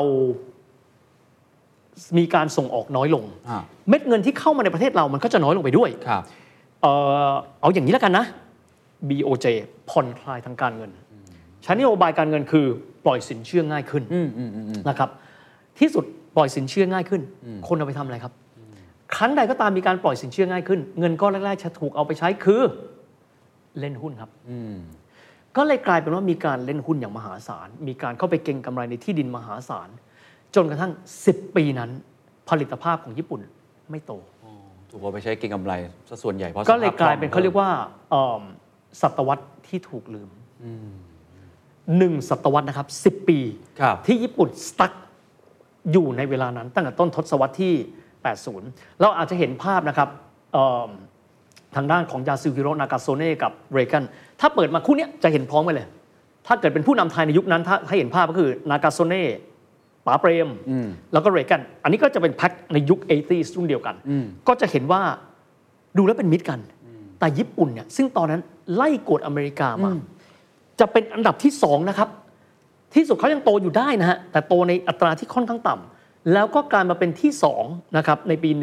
มีการส่งออกน้อยลงเม็ดเงินที่เข้ามาในประเทศเรามันก็จะน้อยลงไปด้วยเอาอย่างนี้แล้วกันนะ BOJ ผ่อนคลายทางการเงินใช้นโยบายการเงินคือปล่อยสินเชื่อง่ายขึ้นนะครับที่สุดปล่อยสินเชื่อง่ายขึ้นคนเอาไปทำอะไรครับครั้งใดก็ตามมีการปล่อยสินเชื่อง่ายขึ้นเงินก้อนแรกๆจะถูกเอาไปใช้คือเล่นหุ้นครับก็เลยกลายเป็นว่ามีการเล่นหุ้นอย่างมหาศาลมีการเข้าไปเก็งกำไรในที่ดินมหาศาลจนกระทั่ง10 ปีนั้นผลิตภาพของญี่ปุ่นไม่โตถูกเอาไปใช้เก็งกำไรซะส่วนใหญ่เพราะก็เลยกลายเป็นเขาเรียกว่าศตวรรษที่ถูกลืม1 ศตวรรษนะครับ10 ปีที่ญี่ปุ่นสตั๊กอยู่ในเวลานั้นตั้งแต่ต้นทศวรรษที่80เราอาจจะเห็นภาพนะครับทางด้านของยาซูฮิโร่นากาโซเน่กับเรแกนถ้าเปิดมาคู่นี้จะเห็นพร้อมกันเลยถ้าเกิดเป็นผู้นำไทยในยุคนั้นถ้าเห็นภาพก็คือนากาโซเน่ป๋าเปรมแล้วก็เรแกนอันนี้ก็จะเป็นแพ็คในยุค 80s รุ่นเดียวกันก็จะเห็นว่าดูแล้วเป็นมิตรกันแต่ญี่ปุ่นเนี่ยซึ่งตอนนั้นไล่กวดอเมริกามาจะเป็นอันดับที่2นะครับที่สุดเขายังโตอยู่ได้นะฮะแต่โตในอัตราที่ค่อนข้างต่ำแล้วก็กลายมาเป็นที่2นะครับในปี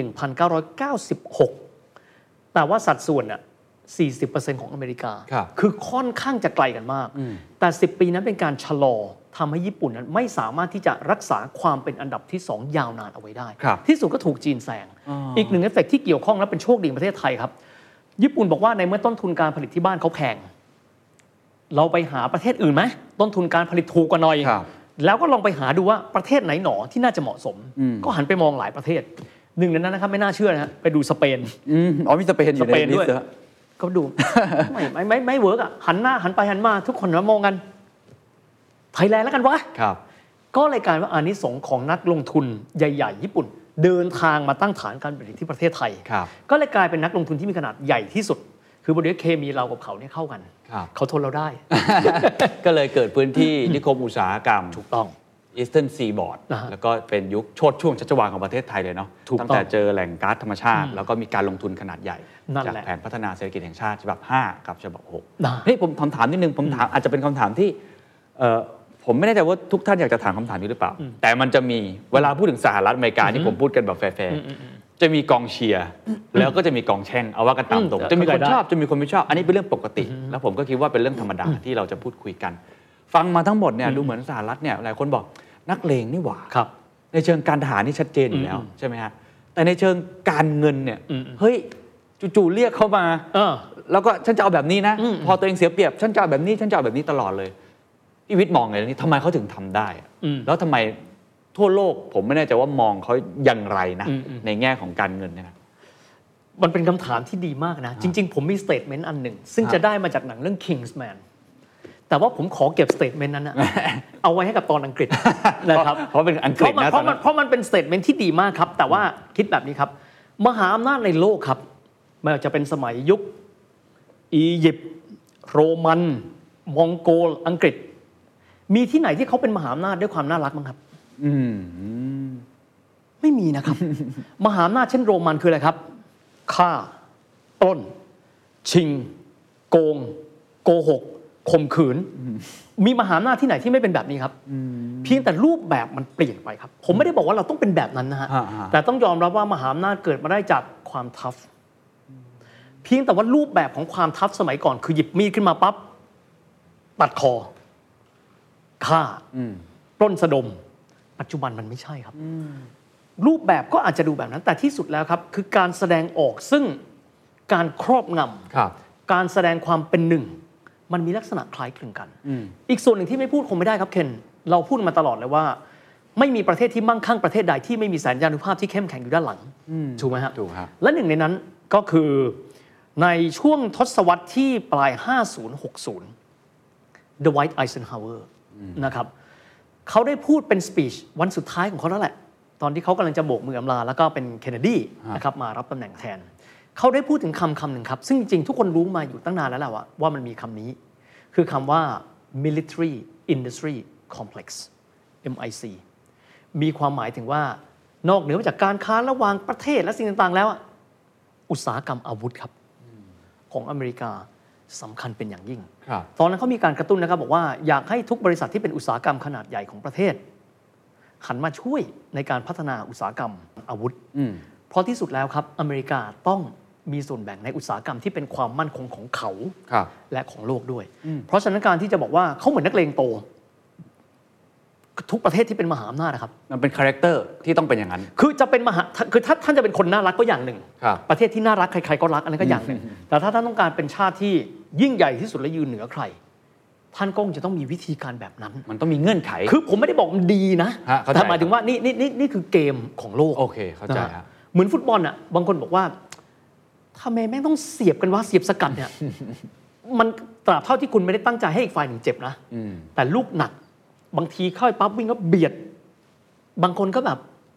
1996 แต่ว่าสัดส่วนน่ะ 40% ของอเมริกา คือค่อนข้างจะไกลกันมากแต่10ปีนั้นเป็นการชะลอทำให้ญี่ปุ่นนั้นไม่สามารถที่จะรักษาความเป็นอันดับที่2ยาวนานเอาไว้ได้ที่สุดก็ถูกจีนแซงอีกหนึ่งเอฟเฟกต์ที่เกี่ยวข้องและเป็นโชคดีของประเทศไทยครับญี่ปุ่นบอกว่าในเมื่อต้นทุนการผลิตที่บ้านเขาแพงเราไปหาประเทศอื่นไหมต้นทุนการผลิตถูกกว่าหน่อยแล้วก็ลองไปหาดูว่าประเทศไหนหนอที่น่าจะเหมาะสมก็หันไปมองหลายประเทศหนึ่งในนั้นนะครับไม่น่าเชื่อนะฮะไปดูสเปนมีสเปนอยู่ในลิสต์ก็ดูไม่เวิร์กอ่ะหันไปหันมาทุกคนมองกันไทยแลนด์แล้วกันวะก็เลยกลายว่าอานิสงส์ของนักลงทุนใหญ่ๆญี่ปุ่นเดินทางมาตั้งฐานการผลิตที่ประเทศไทยก็เลยกลายเป็นนักลงทุนที่มีขนาดใหญ่ที่สุดคือบริษัทเคมีเรากับเขาเนี่ยเข้ากันเขาทนเราได้ก็เลยเกิดพื้นที่นิคมอุตสาหกรรมถูกต้อง Eastern Seaboard แล้วก็เป็นยุคโชติช่วงชัชวาลของประเทศไทยเลยเนาะตั้งแต่เจอแหล่งก๊าซธรรมชาติแล้วก็มีการลงทุนขนาดใหญ่จากแผนพัฒนาเศรษฐกิจแห่งชาติฉบับ5กับฉบับ6นี่ผมถามนิดนึงผมถามอาจจะเป็นคำถามที่ผมไม่แน่ใจว่าทุกท่านอยากจะถามคำถามนี้หรือเปล่าแต่มันจะมีเวลาพูดถึงสหรัฐอเมริกาที่ผมพูดกันแบบแฟร์จะมีกองเชียร์แล้วก็จะมีกองแช่งเอาว่ากันตามตรงจะมีคนชอบจะมีคนไม่ชอบอันนี้เป็นเรื่องปกติแล้วผมก็คิดว่าเป็นเรื่องธรรมดาที่เราจะพูดคุยกันฟังมาทั้งหมดเนี่ยดูเหมือนสหรัฐเนี่ยหลายคนบอกนักเลงนี่หว่าในเชิงการทหารนี่ชัดเจนอยู่แล้วใช่ไหมฮะแต่ในเชิงการเงินเนี่ยเฮ้ยจู่ๆเรียกเขามาแล้วก็ฉันจะเอาแบบนี้นะพอตัวเองเสียเปรียบฉันจะเอาแบบนี้ฉันจะเอาแบบนี้ตลอดเลยพี่วิทย์มองไงเรื่องนี้ทำไมเขาถึงทำได้แล้วทำไมทั่วโลกผมไม่แน่ใจว่ามองเขาอย่างไรนะในแง่ของการเงินนะครับมันเป็นคำถามที่ดีมากนะจริงๆผมมีสเตทเมนต์อันหนึ่งซึ่งจะได้มาจากหนังเรื่อง Kingsman แต่ว่าผมขอเก็บสเตทเมนต์นั้นนะเอาไว้ให้กับตอนอังกฤษนะครับเพราะเป็นอังกฤษนะเพราะมันเป็นสเตทเมนต์ที่ดีมากครับแต่ว่าคิดแบบนี้ครับมหาอำนาจในโลกครับไม่ว่าจะเป็นสมัยยุคอียิปต์โรมันมองโกลอังกฤษมีที่ไหนที่เขาเป็นมหาอำนาจด้วยความน่ารักมั้งครับไม่มีนะครับ มหาอำนาจเช่นโรมันคืออะไรครับฆ่าปล้นชิงโกงโกหกข่มขืนมีมหาอำนาจที่ไหนที่ไม่เป็นแบบนี้ครับเพียงแต่รูปแบบมันเปลี่ยนไปครับผมไม่ได้บอกว่าเราต้องเป็นแบบนั้นนะฮะแต่ต้องยอมรับว่ามหาอำนาจเกิดมาได้จากความทัฟเพียงแต่ว่ารูปแบบของความทัฟสมัยก่อนคือหยิบมีดขึ้นมาปั๊บตัดคอฆ่าปล้นสะดมปัจจุบันมันไม่ใช่ครับรูปแบบก็อาจจะดูแบบนั้นแต่ที่สุดแล้วครับคือการแสดงออกซึ่งการครอบงำการแสดงความเป็นหนึ่งมันมีลักษณะคล้ายคลึงกันอีกส่วนหนึ่งที่ไม่พูดคงไม่ได้ครับเคนเราพูดมาตลอดเลยว่าไม่มีประเทศที่มั่งคั่งประเทศใดที่ไม่มีสัญญานุภาพที่เข้มแข็งอยู่ด้านหลังถูกไหมครับและหนึ่งในนั้นก็คือในช่วงทศวรรษที่ปลาย50-60 The White Eisenhower นะครับเขาได้พูดเป็นสปีชวันสุดท้ายของเขาแล้วแหละตอนที่เขากำลังจะโบกมืออำลาแล้วก็เป็นเคนเนดีนะครับมารับตำแหน่งแทนเขาได้พูดถึงคำหนึ่งครับซึ่งจริงๆทุกคนรู้มาอยู่ตั้งนานแล้วแหละว่ามันมีคำนี้คือคำว่า military industry complex MIC มีความหมายถึงว่านอกเหนือจากการค้าระหว่างประเทศและสิ่งต่างๆแล้วอุตสาหกรรมอาวุธครับของอเมริกาสำคัญเป็นอย่างยิ่งตอนนั้นเขามีการกระตุ้นนะครับบอกว่าอยากให้ทุกบริษัทที่เป็นอุตสาหกรรมขนาดใหญ่ของประเทศหันมาช่วยในการพัฒนาอุตสาหกรรมอาวุธเพราะที่สุดแล้วครับอเมริกาต้องมีส่วนแบ่งในอุตสาหกรรมที่เป็นความมั่นคงของเขาและของโลกด้วยเพราะฉะนั้นการที่จะบอกว่าเขาเหมือนนักเลงโตทุกประเทศที่เป็นมหาอำนาจนะครับมันเป็นคาแรคเตอร์ที่ต้องเป็นอย่างนั้นคือจะเป็นคือถ้าท่านจะเป็นคนน่ารักก็อย่างหนึ่งประเทศที่น่ารักใครๆก็รักอันนั้นก็อย่างหนึ่งแต่ถ้าท่านต้องการเป็นชาติที่ยิ่งใหญ่ที่สุดและยืนเหนือใครท่านก็จะต้องมีวิธีการแบบนั้นมันต้องมีเงื่อนไขคือผมไม่ได้บอกมันดีนะแต่หมายถึงว่านี่คือเกมของโลกโอเคเข้าใจครับเหมือนฟุตบอลอ่ะบางคนบอกว่าทำไมแม่งต้องเสียบกันวะเสียบสกัดเนี่ยมันตราบเท่าที่คุณไม่ได้ตั้งใจให้อีกฝ่ายหนึ่งเจ็บนะแต่ลูกหนักบางทีเข้าไปปั๊บวิ่งก็เบียดบางคนก็แบบ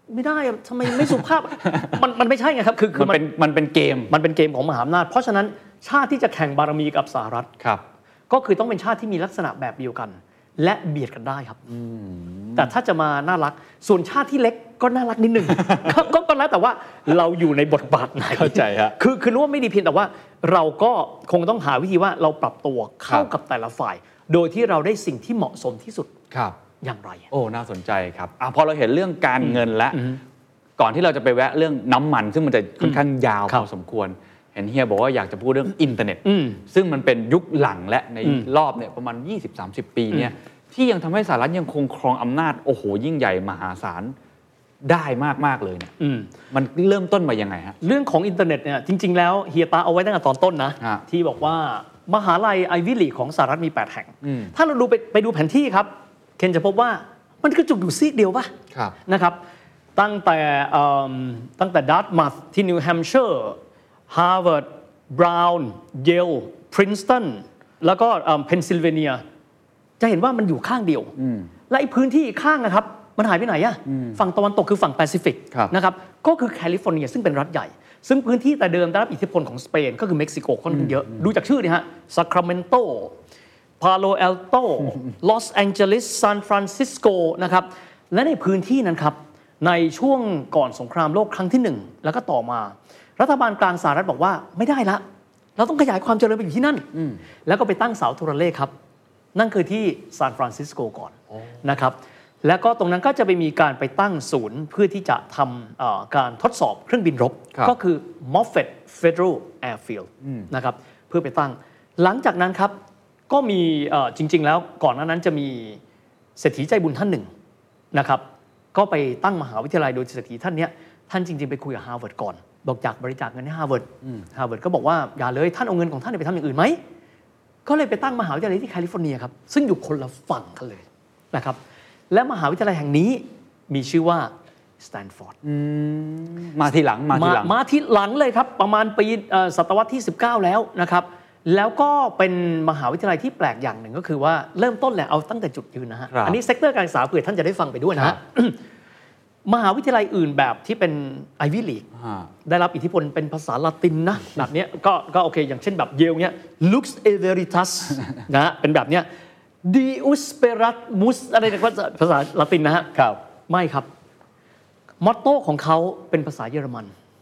ไม่ได้ทำไมไม่สุภาพ มันไม่ใช่ไงครับคือมันเป็นเกมของมหาอำนาจเพราะฉะนั้นชาติที่จะแข่งบารมีกับสหรัฐก็คือต้องเป็นชาติที่มีลักษณะแบบเดียวกันและเบียดกันได้ครับแต่ถ้าจะมาน่ารักส่วนชาติที่เล็กก็น่ารักนิดนึง ก็แล้วแต่ว่าเราอยู่ในบทบาทไหนเข้าใจฮะคือรู้ว่าไม่ดีเพียงแต่ว่าเราก็คงต้องหาวิธีว่าเราปรับตัวเข้ากับแต่ละฝ่ายโดยที่เราได้สิ่งที่เหมาะสมที่สุดอย่างไรโอ้น่าสนใจครับพอเราเห็นเรื่องการเงินและก่อนที่เราจะไปแวะเรื่องน้ำมันซึ่งมันจะค่อนข้างยาวพอสมควรเห็นเฮียบอกว่าอยากจะพูดเรื่องอินเทอร์เน็ตซึ่งมันเป็นยุคหลังและในรอบเนี่ยประมาณ 20-30 ปีเนี่ยที่ยังทำให้สหรัฐยังคงครองอำนาจโอ้โหยิ่งใหญ่มหาศาลได้มากๆเลยเนี่ยมันเริ่มต้นมายังไงฮะเรื่องของอินเทอร์เน็ตเนี่ยจริงๆแล้วเฮียตาเอาไว้ตั้งแต่ตอนต้นนะที่บอกว่ามหาลัยไอวี่ลีกของสหรัฐมี8แห่งถ้าเราดูไปดูแผนที่ครับเคนจะพบว่ามันกระจุกอยู่ซีกเดียวป่ะนะครับตั้งแต่ดัตมัธที่นิวแฮมป์เชอร์ฮาร์วาร์ดบราวน์เยลพรินสตันแล้วก็เพนซิลเวเนียจะเห็นว่ามันอยู่ข้างเดียวและไอ้พื้นที่อีกข้างนะครับมันหายไปไหนอะฝั่งตะวันตกคือฝั่งแปซิฟิกนะครับก็คือแคลิฟอร์เนียซึ่งเป็นรัฐใหญ่ซึ่งพื้นที่แต่เดิมได้รับอิทธิพลของสเปนก็คือเม็กซิโกค่อนข้างเยอะดูจากชื่อนี่ฮะซาคราเมนโตพาโลเอลโตลอสแองเจลิสซานฟรานซิสโกนะครับและในพื้นที่นั้นครับในช่วงก่อนสงครามโลกครั้งที่1แล้วก็ต่อมารัฐบาลกลางสหรัฐบอกว่าไม่ได้ละเราต้องขยายความเจริญไปอยู่ที่นั่นแล้วก็ไปตั้งเสาโทรเลขครับนั่นคือที่ซานฟรานซิสโกก่อนนะครับแล้วก็ตรงนั้นก็จะไปมีการไปตั้งศูนย์เพื่อที่จะทำการทดสอบเครื่องบินรบก็คือ Moffett Federal Airfield นะครับเพื่อไปตั้งหลังจากนั้นครับก็มีจริงๆแล้วก่อนหน้านั้นจะมีเศรษฐีใจบุญท่านหนึ่งนะครับก็ไปตั้งมหาวิทยาลัยโดยเศรษฐีท่านนี้ท่านจริงๆไปคุยกับฮาร์วาร์ดก่อนบอกอยากบริจาคเงินให้ฮาร์วาร์ดก็บอกว่าอย่าเลยท่านเอาเงินของท่านไปทำอย่างอื่นไหมก็เลยไปตั้งมหาวิทยาลัยที่แคลิฟอร์เนียครับซึ่งอยู่คนละฝั่งกันเลยนะครับและมหาวิทยาลัยแห่งนี้มีชื่อว่าสแตนฟอร์ดมาทีหลังเลยครับประมาณปีศตวรรษที่19แล้วนะครับแล้วก็เป็นมหาวิทยาลัยที่แปลกอย่างหนึ่งก็คือว่าเริ่มต้นแหละเอาตั้งแต่จุดยืนนะฮะอันนี้เซกเตอร์การศึกษาเผื่อท่านจะได้ฟังไปด้วยนะฮะมหาวิทยาลัยอื่นแบบที่เป็นไอวี่ลีกได้รับอิทธิพลเป็นภาษาละตินนะแบบนี้ก็โอเคอย่างเช่นแบบเยลเนี่ย Lux Everitatis นะเป็นแบบเนี้ย Deus Speratus อะไรเนี่ยภาษาละตินนะฮะไม่ครับมอตโต้ของเขาเป็นภาษาเยอรมัน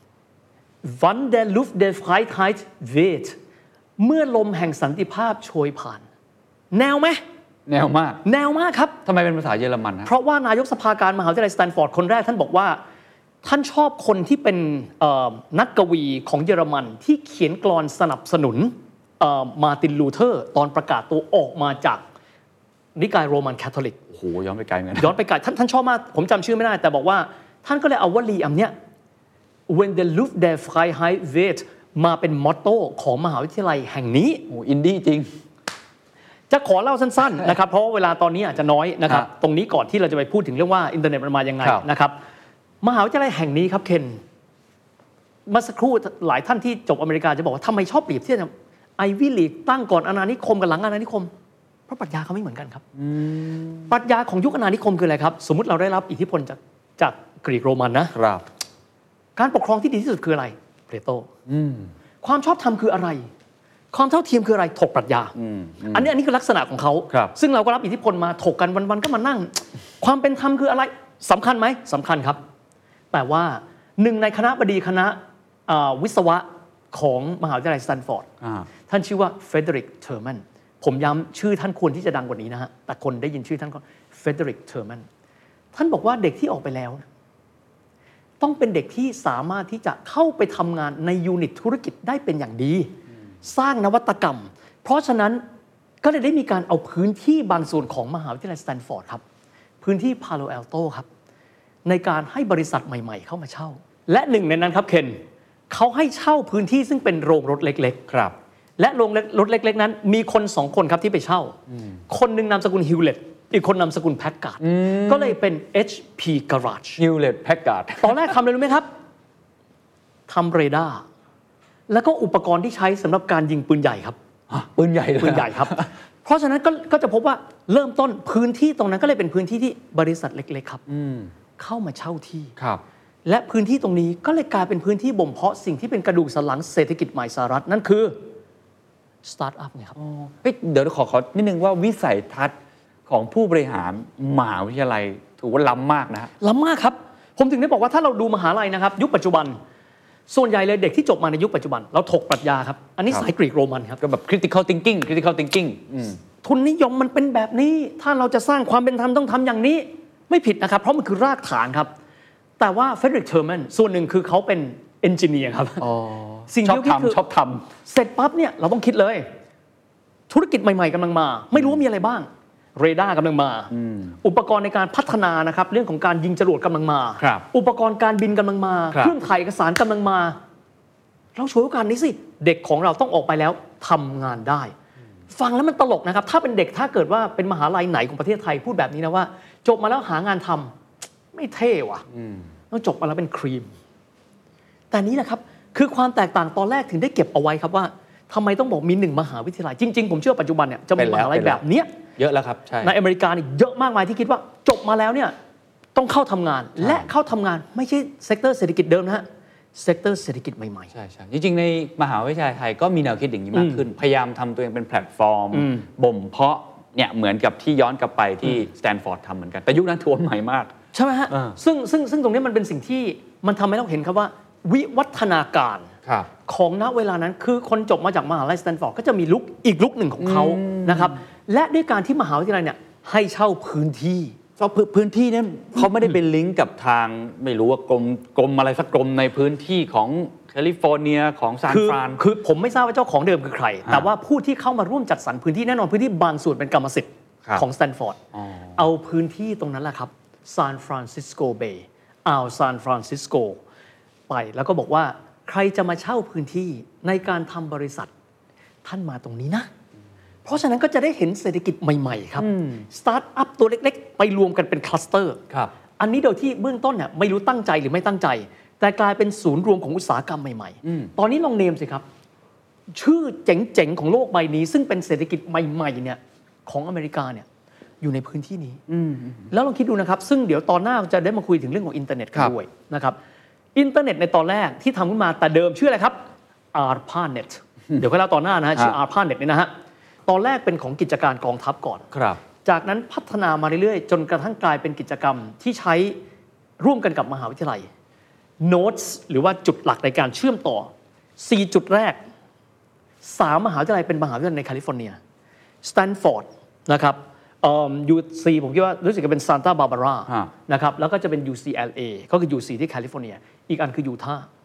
Wann der Luft der Freiheit weht เมื่อลมแห่งสันติภาพโชยผ่านแนวไหมแนวมากครับทำไมเป็นภาษาเยอรมันเพราะว่านายกสภาการมหาวิทยาลัยสแตนฟอร์ดคนแรกท่านบอกว่าท่านชอบคนที่เป็นนักกวีของเยอรมันที่เขียนกลอนสนับสนุนมาร์ตินลูเทอร์ตอนประกาศตัวออกมาจากนิกายโรมันคาทอลิกโอ้โหย้อนไปไกลเหมือนกันย้อนไปไกลท่านชอบมากผมจำชื่อไม่ได้แต่บอกว่าท่านก็เลยเอาวลีอันเนี้ย When the Luft der Freiheit weht มาเป็นมอตโต้ของมหาวิทยาลัยแห่งนี้โอ้อินดี้จริงจะขอเล่าสั้นๆนะครับเพราะเวลาตอนนี้อาจจะน้อยนะครับตรงนี้ก่อนที่เราจะไปพูดถึงเรื่องว่าอินเทอร์เน็ตมันมายังไงนะครับมหาวิทยาลัยแห่งนี้ครับเคนเมื่อสักครู่หลายท่านที่จบอเมริกาจะบอกว่าทำไมชอบเปรียบเทียบไอวี่ลีกตั้งก่อนอาณานิคมกับหลังอาณานิคมเพราะปรัชญาเขาไม่เหมือนกันครับปรัชญาของยุคอาณานิคมคืออะไรครับสมมุติเราได้รับอิทธิพลจากกรีกโรมันนะครับการปกครองที่ดีที่สุดคืออะไรเพลโตความชอบธรรมคืออะไรความเท่าเทียมคืออะไรถกปรัชญาอันนี้คือลักษณะของเขาซึ่งเราก็รับอิทธิพลมาถกกันวันๆก็มานั่งความเป็นธรรมคืออะไรสำคัญไหมสำคัญครับแต่ว่าหนึ่งในคณะบดีคณะวิศวะของมหาวิทยาลัยสแตนฟอร์ดท่านชื่อว่าเฟเดริกเทอร์แมนผมย้ำชื่อท่านควรที่จะดังกว่านี้นะฮะแต่คนได้ยินชื่อท่านก็เฟเดริกเทอร์แมนท่านบอกว่าเด็กที่ออกไปแล้วต้องเป็นเด็กที่สามารถที่จะเข้าไปทำงานในยูนิตธุรกิจได้เป็นอย่างดีสร้างนวัตกรรมเพราะฉะนั้นก็เลยได้มีการเอาพื้นที่บางส่วนของมหาวิทยาลัยสแตนฟอร์ดครับพื้นที่พาโลเอลโตครับในการให้บริษัทใหม่ๆเข้ามาเช่าและหนึ่งในนั้นครับเคนเขาให้เช่าพื้นที่ซึ่งเป็นโรงรถเล็กๆครับและโรงรถเล็กๆนั้นมีคน2คนครับที่ไปเช่าคนหนึ่งนามสกุลฮิวเลตอีกคนนามสกุลแพ็กการ์ดก็เลยเป็น HP Garage ฮิวเลตแพ็กการ์ดตอนแรกทำอะไรรู้ไหมครับทำเรดาร์แล้วก็อุปกรณ์ที่ใช้สำหรับการยิงปืนใหญ่ครับปืนใหญ่ครับเพราะฉะนั้นก็จะพบว่าเริ่มต้นพื้นที่ตรงนั้นก็เลยเป็นพื้นที่ที่บริษัทเล็กๆครับเข้ามาเช่าที่ครับและพื้นที่ตรงนี้ก็เลยกลายเป็นพื้นที่บ่มเพาะสิ่งที่เป็นกระดูกสันหลังเศรษฐกิจใหม่สหรัฐนั่นคือสตาร์ทอัพไงครับเดี๋ยวขอนิดนึงว่าวิสัยทัศน์ของผู้บริหารมหาวิทยาลัยถือว่าล้ำมากนะล้ำมากครับผมถึงได้บอกว่าถ้าเราดูมหาลัยนะครับยุคปัจจุบันส่วนใหญ่เลยเด็กที่จบมาในยุคปัจจุบันเราถกปรัชญาครับอันนี้สายกรีกโรมันครับก็แบบ critical thinking ทุนนิยมมันเป็นแบบนี้ถ้าเราจะสร้างความเป็นธรรมต้องทำอย่างนี้ไม่ผิดนะครับเพราะมันคือรากฐานครับแต่ว่าเฟเดริก เทอร์แมนส่วนหนึ่งคือเขาเป็นเอนจิเนียร์ครับสิ่งที่คือชอบทำเสร็จปั๊บเนี่ยเราต้องคิดเลยธุรกิจใหม่ๆกำลังมาไม่รู้ว่ามีอะไรบ้างเรดาร์กำลังมาอุปกรณ์ในการพัฒนานะครับเรื่องของการยิงจรวดกำลังมาอุปกรณ์การบินกำลังมาเครื่องถ่ายเอกสารกำลังมาเราฉวยโอกาสนี้สิเด็กของเราต้องออกไปแล้วทำงานได้ฟังแล้วมันตลกนะครับถ้าเป็นเด็กถ้าเกิดว่าเป็นมหาลัยไหนของประเทศไทยพูดแบบนี้นะว่าจบมาแล้วหางานทำไม่เท่ว่ะต้องจบมาแล้วเป็นครีมแต่นี้นะครับคือความแตกต่างตอนแรกถึงได้เก็บเอาไว้ครับว่าทำไมต้องบอกมี1มหาวิทยาลัยจริงๆผมเชื่อปัจจุบันเนี่ยจะมีมหาลัยแบบเนี้ยเยอะแล้วครับใช่ในอเมริกาเนี่ยเยอะมากมายที่คิดว่าจบมาแล้วเนี่ยต้องเข้าทำงานและเข้าทำงานไม่ใช่เซกเตอร์เศรษฐกิจเดิมนะฮะเซกเตอร์เศรษฐกิจใหม่ๆใช่จริงๆในมหาวิทยาลัยไทยก็มีแนวคิดอย่างนี้มากขึ้นพยายามทำตัวเองเป็นแพลตฟอร์มบ่มเพาะเนี่ยเหมือนกับที่ย้อนกลับไปที่สแตนฟอร์ดทำเหมือนกันแต่ยุคนั้นถือว่าใหม่มากใช่ไหมฮะซึ่งตรงนี้มันเป็นสิ่งที่มันทำให้เราเห็นครับว่าวิวัฒนาการของณเวลานั้นคือคนจบมาจากมหาลัยสแตนฟอร์ดก็จะมีลุคอีกลุคหนึ่งของเขานะครับและด้วยการที่มหาวิทยาลัยเนี่ยให้เช่าพื้นที่พื้นที่เนี่ยเขาไม่ได้เป็นลิงก์กับทางไม่รู้ว่ากรมอะไรสักกรมในพื้นที่ของแคลิฟอร์เนียของซานฟรานคือผมไม่ทราบว่าเจ้าของเดิมคือใครแต่ว่าผู้ที่เข้ามาร่วมจัดสรรพื้นที่แน่นอนพื้นที่บางส่วนเป็นกรรมสิทธิ์ของสแตนฟอร์ดเอาพื้นที่ตรงนั้นแหละครับซานฟรานซิสโกเบย์อ่าวซานฟรานซิสโกไปแล้วก็บอกว่าใครจะมาเช่าพื้นที่ในการทำบริษัทท่านมาตรงนี้นะเพราะฉะนั้นก็จะได้เห็นเศรษฐกิจใหม่ๆครับสตาร์ทอัพตัวเล็กๆไปรวมกันเป็นคลัสเตอร์อันนี้โดยที่เบื้องต้นเนี่ยไม่รู้ตั้งใจหรือไม่ตั้งใจแต่กลายเป็นศูนย์รวมของอุตสาหกรรมใหม่ๆตอนนี้ลองเนมสิครับชื่อเจ๋งๆของโลกใบนี้ซึ่งเป็นเศรษฐกิจใหม่ๆเนี่ยของอเมริกาเนี่ยอยู่ในพื้นที่นี้แล้วลองคิดดูนะครับซึ่งเดี๋ยวตอนหน้าจะได้มาคุยถึงเรื่องของอินเทอร์เน็ตกันด้วยนะครับอินเทอร์เน็ตในตอนแรกที่ทำขึ้นมาแต่เดิมชื่ออะไรครับ ARPANET เดี๋ยวค่อยเล่าตอนหน้านะฮะชื่อ ARPANET นี่นะฮะตอนแรกเป็นของกิจการกองทัพก่อนจากนั้นพัฒนามาเรื่อยๆจนกระทั่งกลายเป็นกิจกรรมที่ใช้ร่วมกันกับมหาวิทยาลัยโน้ตส์หรือว่าจุดหลักในการเชื่อมต่อ4จุดแรก3มหาวิทยาลัยเป็นมหาวิทยาลัยในแคลิฟอร์เนียสแตนฟอร์ดนะครับUC ผมคิดว่ารู้สึกจะเป็นซานตาบาบารานะครับแล้วก็จะเป็น UCLA ก็คือ UC ที่แคลิฟอร์เนียอีกอันคือยูทาห์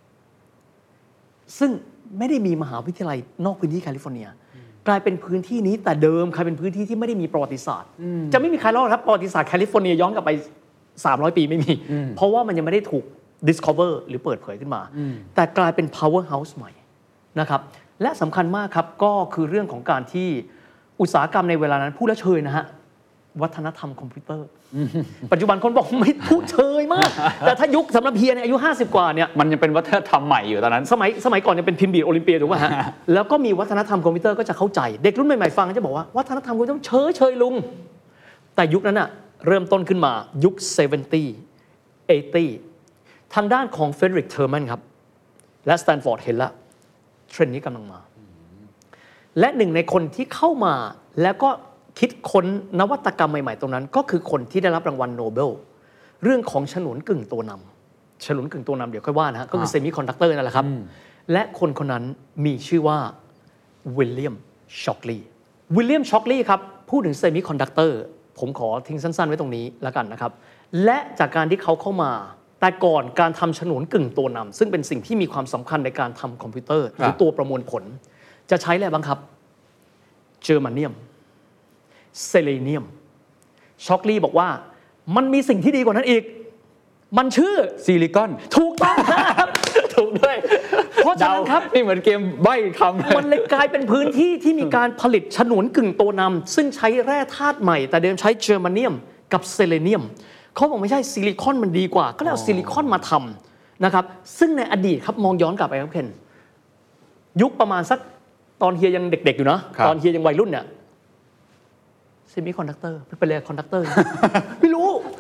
ซึ่งไม่ได้มีมหาวิทยาลัยนอกพื้นที่แคลิฟอร์เนียกลายเป็นพื้นที่นี้แต่เดิมใครเป็นพื้นที่ที่ไม่ได้มีประวัติศาสตร์จะไม่มีใครเล่าครับประวัติศาสตร์แคลิฟอร์เนียย้อนกลับไป300 ปีไม่มีเพราะว่ามันยังไม่ได้ถูก discover หรือเปิดเผยขึ้นมาแต่กลายเป็น power house ใหม่นะครับและสำคัญมากครับก็คือเรื่องของการที่อุตสาหกรรมในเวลานั้นพูดแล้วเชยนะฮะวัฒนธรรมคอมพิวเตอร์ปัจจุบันคนบอกไม่พูดเชยมากแต่ถ้ายุคสำหรับเฮียเนี่ยอายุ50กว่าเนี่ยมันยังเป็นวัฒนธรรมใหม่อยู่ตอนนั้นสมัยก่อนยังเป็นพิมพ์บีดโอลิมเปียถูกป่ะฮะแล้วก็มีวัฒนธรรมคอมพิวเตอร์ก็จะเข้าใจเด็กรุ่นใหม่ๆฟังจะบอกว่าวัฒนธรรมคอมพิวเตอร์เชยลุงแต่ยุคนั้นน่ะเริ่มต้นขึ้นมายุค70 80ทางด้านของเฟเดริก เทอร์แมนครับและสแตนฟอร์ดเห็นละเทรนด์นี้กำลังมาและหนึ่งในคนที่เข้ามาแล้วก็คิดค้นนวัตกรรมใหม่ๆตรงนั้นก็คือคนที่ได้รับรางวัลโนเบลเรื่องของฉนวนกึ่งตัวนำฉนวนกึ่งตัวนำเดี๋ยวค่อยว่านะฮะก็คือเซมิคอนดักเตอร์นั่นแหละครับและคนคนนั้นมีชื่อว่าวิลเลียมช็อกลีย์ครับพูดถึงเซมิคอนดักเตอร์ผมขอทิ้งสั้นๆไว้ตรงนี้แล้วกันนะครับและจากการที่เขาเข้ามาแต่ก่อนการทำฉนวนกึ่งตัวนำซึ่งเป็นสิ่งที่มีความสำคัญในการทำคอมพิวเตอร์หรือตัวประมวลผลจะใช้อะไรบ้างครับเจอร์มาเนียมเซเลเนียมช็อกลีบอกว่ามันมีสิ่งที่ดีกว่านั้นอีกมันชื่อซิลิคอนถูกต้องครับถูกด้วยเพราะฉะนั้นครับนี่เหมือนเกมใบ้คำมันเลยกลายเป็นพื้นที่ที่มีการผลิตฉนวนกึ่งตัวนำซึ่งใช้แร่ธาตุใหม่แต่เดิมใช้เจอร์มาเนียมกับเซเลเนียมเขาบอกไม่ใช่ซิลิคอนมันดีกว่าก็เลยเอาซิลิคอนมาทำนะครับซึ่งในอดีตครับมองย้อนกลับไปครับเคนยุคประมาณสักตอนเฮียยังเด็กๆอยู่นะตอนเฮียยังวัยรุ่นเนี่ยเซมิคอนดักเตอร์เป็นอะไรคอนดักเตอร์ไม่รู้ท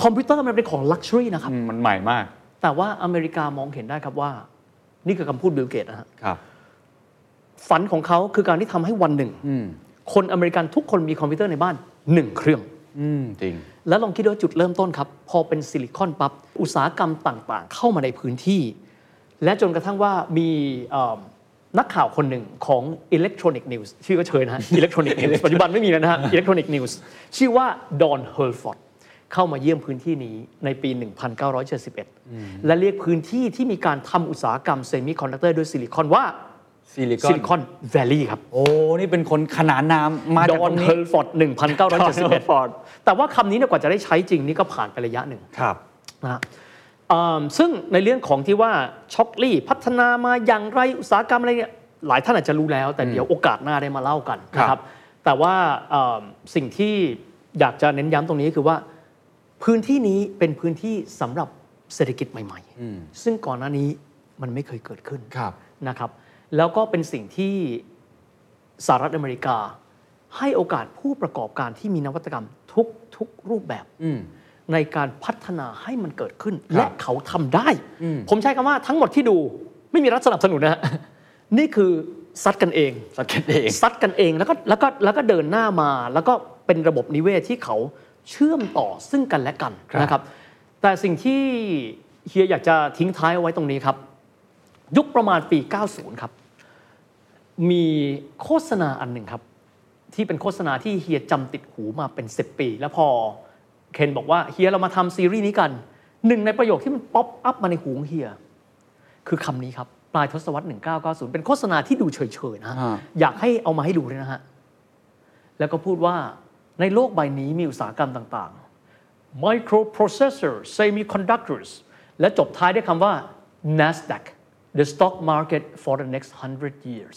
คอมพิวเตอร์มันเป็นของลักชัวรี่นะครับมันใหม่มากแต่ว่าอเมริกามองเห็นได้ครับว่านี่คือคำพูดบิล เกตส์นะครับฝันของเขาคือการที่ทำให้วันหนึ่งคนอเมริกันทุกคนมีคอมพิวเตอร์ในบ้าน1เครื่องจริงแล้วลองคิดว่าจุดเริ่มต้นครับพอเป็นซิลิคอนปั๊บอุตสาหกรรมต่างๆเข้ามาในพื้นที่และจนกระทั่งว่ามีนักข่าวคนหนึ่งของ Electronic News ชื่อก็เชยนะฮะ Electronic News ปัจจุบันไม่มีแล้วนะฮะ Electronic News ชื่อว่าดอนเฮิร์ฟอร์ดเข้ามาเยี่ยมพื้นที่นี้ในปี 1971 และเรียกพื้นที่ที่มีการทำอุตสาหกรรมเซมิคอนดักเตอร์ด้วยซิลิคอนว่าซิลิคอนแวลลีย์ครับโอ้นี่เป็นคนขนานนามมาจากตรงนี้ดอนเฮิร์ฟอร์ด 1971 แต่ว่าคำนี้กว่าจะได้ใช้จริงนี่ก็ผ่านไประยะหนึ่งครับนะซึ่งในเรื่องของที่ว่าช็อกลี่พัฒนามาอย่างไรอุตสาหกรรมอะไรเนี่ยหลายท่านอาจจะรู้แล้วแต่เดี๋ยวโอกาสหน้าได้มาเล่ากันนะครับแต่ว่าสิ่งที่อยากจะเน้นย้ำตรงนี้คือว่าพื้นที่นี้เป็นพื้นที่สำหรับเศรษฐกิจใหม่ๆซึ่งก่อนหน้านี้มันไม่เคยเกิดขึ้นนะครับแล้วก็เป็นสิ่งที่สหรัฐอเมริกาให้โอกาสผู้ประกอบการที่มีนวัตกรรมทุกรูปแบบในการพัฒนาให้มันเกิดขึ้นและเขาทำได้ผมใช้คำว่าทั้งหมดที่ดูไม่มีรัฐสนับสนุนนะนี่คือซัดกันเองแล้วก็เดินหน้ามาแล้วก็เป็นระบบนิเวศที่เขาเชื่อมต่อซึ่งกันและกันนะครับแต่สิ่งที่เฮียอยากจะทิ้งท้ายเอาไว้ตรงนี้ครับยุคประมาณปี 90 ครับมีโฆษณาอันหนึ่งครับที่เป็นโฆษณาที่เฮียจำติดหูมาเป็น10 ปีแล้วพอเคนบอกว่าเฮียเรามาทำซีรีส์นี้กันหนึ่งในประโยคที่มันป๊อปอัพมาในหูของเฮียคือคำนี้ครับปลายทศวรรษ 1990 เป็นโฆษณาที่ดูเฉยๆนะอยากให้เอามาให้ดูเลยนะฮะแล้วก็พูดว่าในโลกใบนี้มีอุตสาหกรรมต่างๆ microprocessor semiconductors และจบท้ายด้วยคำว่า NASDAQ the stock market for the next 100 years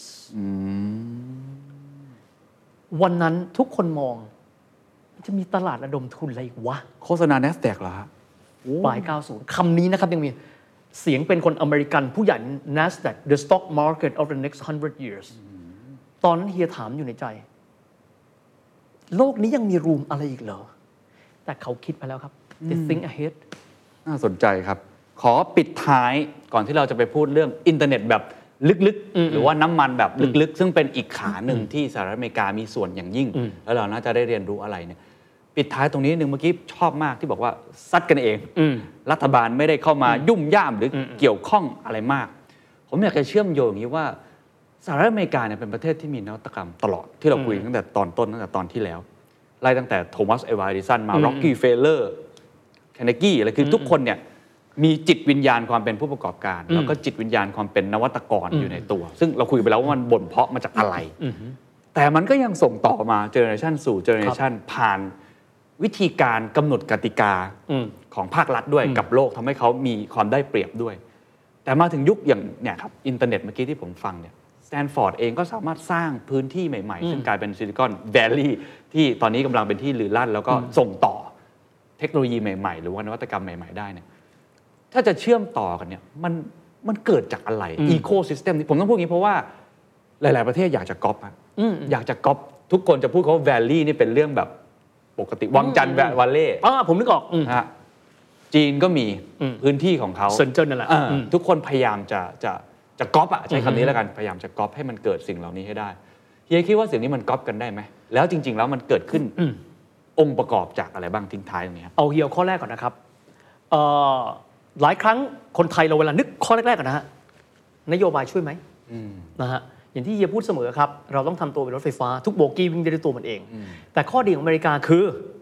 วันนั้นทุกคนมองจะมีตลาดระดมทุนอะไรอีกวะโฆษณา NASDAQ เหรอฮะปลาย 90 คำนี้นะครับยังมีเสียงเป็นคนอเมริกันผู้ใหญ่ NASDAQ the stock market of the next 100 years ตอนนั้นเฮียถามอยู่ในใจโลกนี้ยังมีรูมอะไรอีกเหรอแต่เขาคิดไปแล้วครับ they think ahead น่าสนใจครับขอปิดท้ายก่อนที่เราจะไปพูดเรื่องอินเทอร์เน็ตแบบลึกๆหรือว่าน้ำมันแบบลึกๆซึ่งเป็นอีกขาหนึ่งที่สหรัฐอเมริกามีส่วนอย่างยิ่งแล้วเราน่าจะได้เรียนรู้อะไรเนี่ยปิดท้ายตรงนี้นึงเมื่อกี้ชอบมากที่บอกว่าซัดกันเองรัฐบาลไม่ได้เข้ามายุ่มย่ามหรือเกี่ยวข้องอะไรมากผมอยากจะเชื่อมโยงอย่างนี้ว่าสหรัฐอเมริกาเนี่ยเป็นประเทศที่มีนวัตกรรมตลอดที่เราคุยตั้งแต่ตอนต้นตั้งแต่ตอนที่แล้วไล่ตั้งแต่โทมัสเอวาดิสันมาร็อกกี้เฟลเลอร์เคนเนกี้อะไรคือทุกคนเนี่ยมีจิตวิญญาณความเป็นผู้ประกอบการแล้วก็จิตวิญญาณความเป็นนวัตกรอยู่ในตัวซึ่งเราคุยไปแล้วว่ามันบ่มเพาะมาจากอะไรแต่มันก็ยังส่งต่อมาเจเนอเรชันสู่เจเนอเรชันผ่านวิธีการกำหนดกติกาของภาครัฐด้วยกับโลกทำให้เขามีความได้เปรียบด้วยแต่มาถึงยุคอย่างเนี่ยครับอินเทอร์เน็ตเมื่อกี้ที่ผมฟังเนี่ยสแตนฟอร์ดเองก็สามารถสร้างพื้นที่ใหม่ๆซึ่งกลายเป็นซิลิคอนแวลลีย์ที่ตอนนี้กำลังเป็นที่ลือลั่นแล้วก็ส่งต่อเทคโนโลยีใหม่ๆหรือว่านวัตกรรมใหม่ๆได้เนี่ยถ้าจะเชื่อมต่อกันเนี่ยมันเกิดจากอะไรอีโคซิสเต็มนี้ผมต้องพูดอย่างนี้เพราะว่าหลายๆประเทศอยากจะก๊อปอยากจะก๊อปทุกคนจะพูดเขาว่าแวลลีย์นี่เป็นเรื่องแบบปกติวังจันทร์วัลเล่ผมนึกออกจีนก็มีพื้นที่ของเขาเซินเจิ้นนั่นแหละทุกคนพยายามจะก๊อปใช้คำนี้แล้วกันพยายามจะก๊อปให้มันเกิดสิ่งเหล่านี้ให้ได้เฮียคิดว่าสิ่งนี้มันก๊อปกันได้ไหมแล้วจริงๆแล้วมันเกิดขึ้นองค์ประกอบจากอะไรบ้างทิ้งท้ายตรงนี้เอาเฮียข้อแรกก่อนนะครับหลายครั้งคนไทยเราเวลานึกข้อแรกๆกันนะฮะนโยบายช่วยไหมนะฮะอย่างที่เฮียพูดเสมอครับเราต้องทำตัวเป็นรถไฟฟ้าทุกโบกี้วิ่งได้ด้วยตัวมันเองแต่ข้อดีของอเมริกาคือ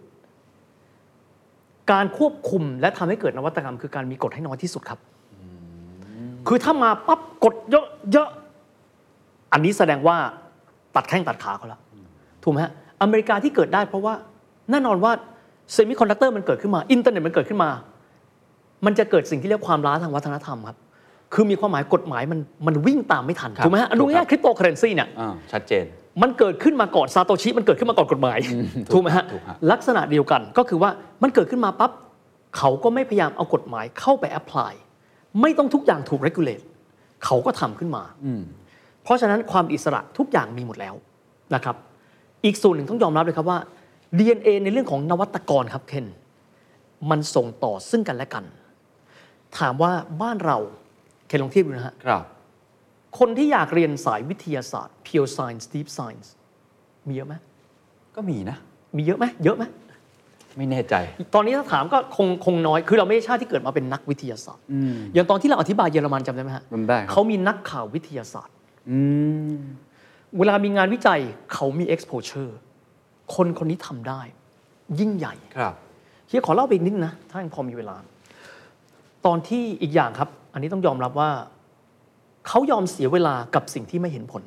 การควบคุมและทำให้เกิดนวัตกรรมคือการมีกฎให้น้อยที่สุดครับคือถ้ามาปั๊บกฎเยอะๆอันนี้แสดงว่าตัดแข้งตัดขาเขาแล้วถูกไหมฮะอเมริกาที่เกิดได้เพราะว่าแน่นอนว่าเซมิคอนดักเตอร์มันเกิดขึ้นมาอินเทอร์เน็ตมันเกิดขึ้นมามันจะเกิดสิ่งที่เรียกความล้าทางวัฒนธรรมครับคือมีความหมายกฎหมายมันวิ่งตามไม่ทันถูกไหมฮะดูง่ายๆคริปโตเคอเรนซีเนี่ยชัดเจนมันเกิดขึ้นมาก่อนซาโตชิมันเกิดขึ้นมาก่อนกฎหมายถูกไหมฮะลักษณะเดียวกันก็คือว่ามันเกิดขึ้นมาปั๊บเขาก็ไม่พยายามเอากฎหมายเข้าไปแอพพลายไม่ต้องทุกอย่างถูกเรกูเลตเขาก็ทำขึ้นมาเพราะฉะนั้นความอิสระทุกอย่างมีหมดแล้วนะครับอีกส่วนหนึ่งต้องยอมรับเลยครับว่า DNA ในเรื่องของนวัตกรครับเคนมันส่งต่อซึ่งกันและกันถามว่าบ้านเราเคนลองเทียบดูนะฮะครับคนที่อยากเรียนสายวิทยาศาสตร์ pure science deep science มีเยอะไหมก็มีนะมีเยอะไหมเยอะไหมไม่แน่ใจตอนนี้ถ้าถามก็คงน้อยคือเราไม่ใช่ชาติที่เกิดมาเป็นนักวิทยาศาสตร์อย่างตอนที่เราอธิบายเยอรมันจำได้ไหมฮะเขามีนักข่าววิทยาศาสตร์เวลามีงานวิจัยเขามี exposure คนนี้ทำได้ยิ่งใหญ่ครับเฮียขอเล่าไปอีกนิดนะถ้ายังพอมีเวลาตอนที่อีกอย่างครับอันนี้ต้องยอมรับว่าเขายอมเสียเวลากับสิ่งที่ไม่เห็นผล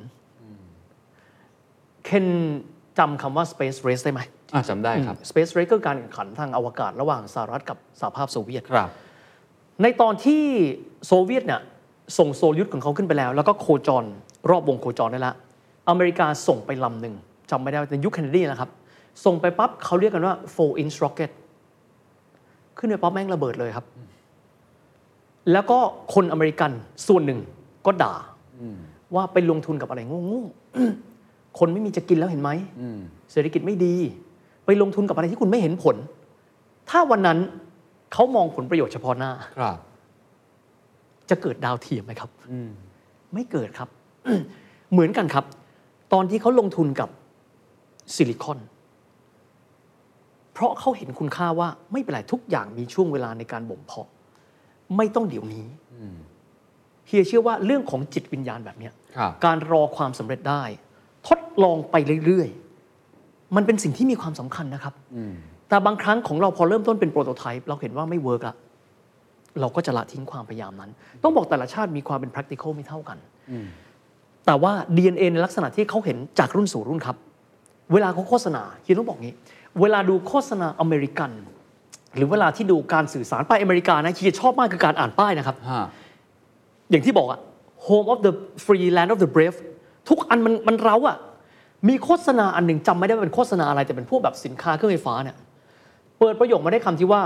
เคนจำคำว่า space race ได้ไหมจำได้ครับ space race ก็การแข่งขันทางอวกาศระหว่างสหรัฐกับสหภาพโซเวียตครับในตอนที่โซเวียตเนี่ยส่งโซยุทธ์ของเขาขึ้นไปแล้วก็โคจรรอบวงโคจรได้แล้วอเมริกาส่งไปลำหนึ่งจำไม่ได้ในยุคเคนเนดีนะครับส่งไปปั๊บเขาเรียกกันว่า 4-inch rocket ขึ้นไปปั๊บแม่งระเบิดเลยครับแล้วก็คนอเมริกันส่วนหนึ่งก็ด่าว่าไปลงทุนกับอะไรโง่ๆคนไม่มีจะกินแล้วเห็นไหมเศรษฐกิจไม่ดีไปลงทุนกับอะไรที่คุณไม่เห็นผลถ้าวันนั้นเขามองผลประโยชน์เฉพาะหน้าจะเกิดดาวเทียมไหมครับไม่เกิดครับ เหมือนกันครับตอนที่เขาลงทุนกับซิลิคอนเพราะเขาเห็นคุณค่าว่าไม่เป็นไรทุกอย่างมีช่วงเวลาในการบ่มเพาะไม่ต้องเดี๋ยวนี้เฮียเชื่อว่าเรื่องของจิตวิญญาณแบบนี้การรอความสำเร็จได้ทดลองไปเรื่อยๆมันเป็นสิ่งที่มีความสำคัญนะครับแต่บางครั้งของเราพอเริ่มต้นเป็นโปรโตไทป์เราเห็นว่าไม่เวิร์กละเราก็จะละทิ้งความพยายามนั้นต้องบอกแต่ละชาติมีความเป็น practical ไม่เท่ากันแต่ว่า DNA ในลักษณะที่เขาเห็นจากรุ่นสู่รุ่นครับเวลาเขาโฆษณาเฮียต้องบอกงี้เวลาดูโฆษณาอเมริกันหรือเวลาที่ดูการสื่อสารป้ายอเมริกานะเฮียชอบมากคือการอ่านป้ายนะครับอย่างที่บอกอะ Home of the Free Land of the Brave ทุกอันมันเร้าอะมีโฆษณาอันหนึ่งจำไม่ได้ว่าเป็นโฆษณาอะไรแต่เป็นพวกแบบสินค้าเครื่องไฟฟ้าเนี่ยเปิดประโยคมาได้คำที่ว่า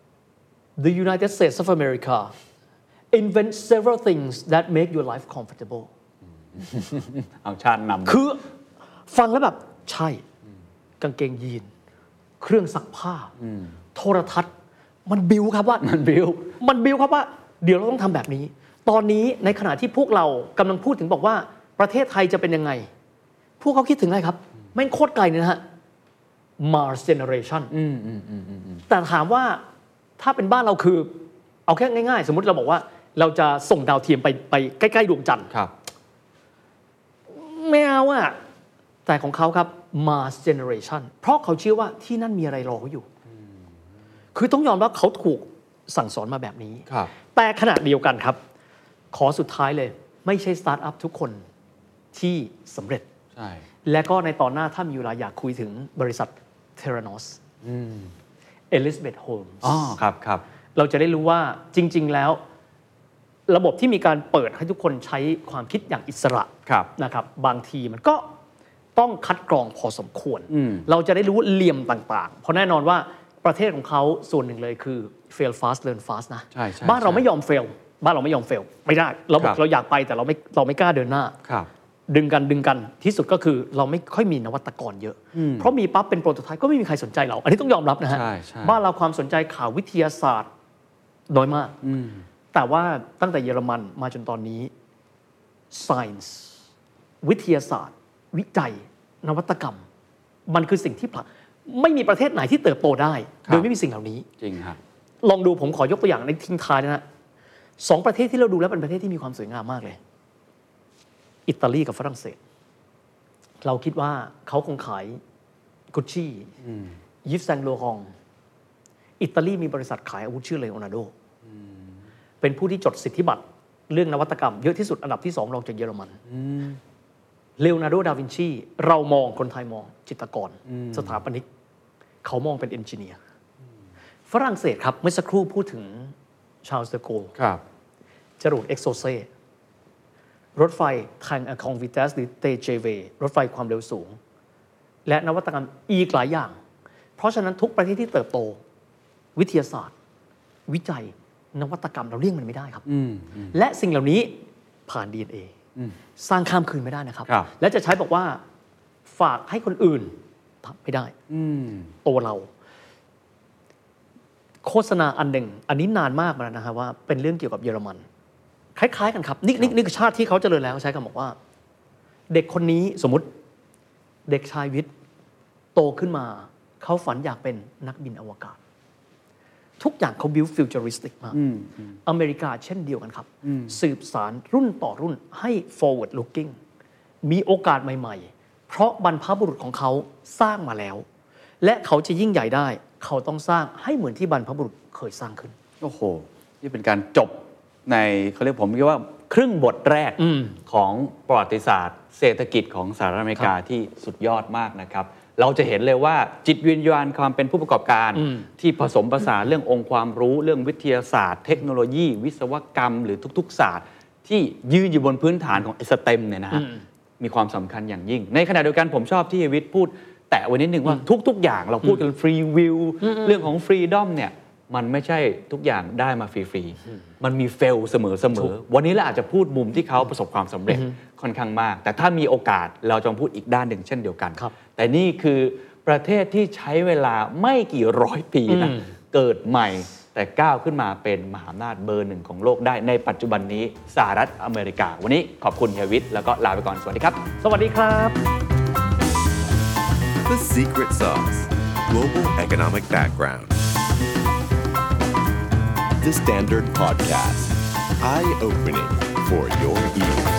The United States of America invent several things that make your life comfortable เอาชาตินำคือฟังแล้วแบบใช่กางเกงยีนเครื่องซักผ้าโทรทัศน์มันบิวครับว่ามันบิวครับว่าเดี๋ยวเราต้องทำแบบนี้ตอนนี้ในขณะที่พวกเรากำลังพูดถึงบอกว่าประเทศไทยจะเป็นยังไงพวกเขาคิดถึงอะไรครับแม่งโคตรไกลเลยนะฮะ Mars Generation แต่ถามว่าถ้าเป็นบ้านเราคือเอาแค่ง่ายๆสมมุติเราบอกว่าเราจะส่งดาวเทียมไปใกล้ๆดวงจันทร์ไม่เอาอะแต่ของเขาครับ Mars Generation เพราะเขาเชื่อว่าที่นั่นมีอะไรรอเขาอยู่คือต้องยอมรับเขาถูกสั่งสอนมาแบบนี้แต่ขณะเดียวกันครับขอสุดท้ายเลยไม่ใช่สตาร์ทอัพทุกคนที่สำเร็จและก็ในตอนหน้าถ้ามีเวลาอยากคุยถึงบริษัท Theranos Elizabeth Holmes ครับเราจะได้รู้ว่าจริงๆแล้วระบบที่มีการเปิดให้ทุกคนใช้ความคิดอย่างอิสระนะครับบางทีมันก็ต้องคัดกรองพอสมควรเราจะได้รู้เหลี่ยมต่างๆเพราะแน่นอนว่าประเทศของเขาส่วนหนึ่งเลยคือ fail fast learn fast นะบ้านเราไม่ยอม fail บ้านเราไม่ยอม fail ไม่ได้เราบอกเราอยากไปแต่เราไม่กล้าเดินหน้าดึงกันที่สุดก็คือเราไม่ค่อยมีนวัตกรเยอะเพราะมีปั๊บเป็นโปรโตไทป์ก็ไม่มีใครสนใจเราอันนี้ต้องยอมรับนะฮะบ้านเราความสนใจข่าววิทยาศาสตร์น้อยมากแต่ว่าตั้งแต่เยอรมันมาจนตอนนี้ science วิทยาศาสตร์วิจัยนวัตกรรมมันคือสิ่งที่ไม่มีประเทศไหนที่เติบโตได้โดยไม่มีสิ่งเหล่านี้จริงครับลองดูผมขอยกตัวอย่างในทิ้งท้ายนะฮะ2ประเทศที่เราดูแล้วเป็นประเทศที่มีความสวยงามมากเลยอิตาลีกับฝรั่งเศสเราคิดว่าเขาคงขายกุชชี่ยิฟแซงโลรองอิตาลีมีบริษัทขายอาวุธชื่อเลโอนาร์โดเป็นผู้ที่จดสิทธิบัตรเรื่องนวัตกรรมเยอะที่สุดอันดับที่2รองจากเยอรมันเลโอนาร์โด ดาวินชีเรามองคนไทยมองจิตรกรสถาปนิกเขามองเป็นเอนจิเนียร์ฝรั่งเศสครับเมื่อสักครู่พูดถึงชาร์ลส์ เดอโกลจรวดเอ็กโซเซรถไฟทางคองวิตัสหรือ TGV รถไฟความเร็วสูงและนวัตกรรมอีกหลายอย่างเพราะฉะนั้นทุกประเทศที่เติบโตวิทยาศาสตร์วิจัยนวัตกรรมเราเลี่ยงมันไม่ได้ครับและสิ่งเหล่านี้ผ่าน DNA สร้างข้ามคืนไม่ได้นะครับและจะใช้บอกว่าฝากให้คนอื่นทำไม่ได้ตัวเราโฆษณาอันหนึ่งอันนี้นานมากมาแล้วนะฮะว่าเป็นเรื่องเกี่ยวกับเยอรมันคล้ายๆกันครับนี่คือชาติที่เขาเจริญแล้วใช้คำบอกว่าเด็กคนนี้สมมุติเด็กชายวิทย์โตขึ้นมาเขาฝันอยากเป็นนักบินอวกาศทุกอย่างเขา build futuristic มากอเมริกาเช่นเดียวกันครับสืบสารรุ่นต่อรุ่นให้ forward looking มีโอกาสใหม่ๆเพราะบรรพบุรุษของเขาสร้างมาแล้วและเขาจะยิ่งใหญ่ได้เขาต้องสร้างให้เหมือนที่บรรพบุรุษเคยสร้างขึ้นโอ้โหนี่เป็นการจบในเขาเรียกผมว่าครึ่งบทแรกของประวัติศาสตร์เศรษฐกิจของสหรัฐอเมริกาที่สุดยอดมากนะครับเราจะเห็นเลยว่าจิตวิญญาณความเป็นผู้ประกอบการที่ผสมผสานเรื่ององค์ความรู้เรื่องวิทยาศาสตร์เทคโนโลยีวิศวกรรมหรือทุกๆศาสตร์ที่ยืนอยู่บนพื้นฐานของSTEMเนี่ยนะฮะมีความสำคัญอย่างยิ่งในขณะเดียวกันผมชอบที่วิทย์พูดแตะไว้นิดนึงว่าทุกๆอย่างเราพูดกันฟรีวิวเรื่องของฟรีดอมเนี่ยมันไม่ใช่ทุกอย่างได้มาฟรีๆมันมีเฟลเสมอวันนี้เราอาจจะพูดมุมที่เขาประสบความสำเร็จค่อนข้างมากแต่ถ้ามีโอกาสเราจะพูดอีกด้านหนึ่งเช่นเดียวกันแต่นี่คือประเทศที่ใช้เวลาไม่กี่ร้อยปีนะเกิดใหม่แต่ก้าวขึ้นมาเป็นมหาอำนาจเบอร์หนึ่งของโลกได้ในปัจจุบันนี้สหรัฐอเมริกาวันนี้ขอบคุณเฮียวิทย์แล้วก็ลาไปก่อนสวัสดีครับสวัสดีครับ The Secret Sauce Global Economic Background The Standard Podcast Eye-opening for your ears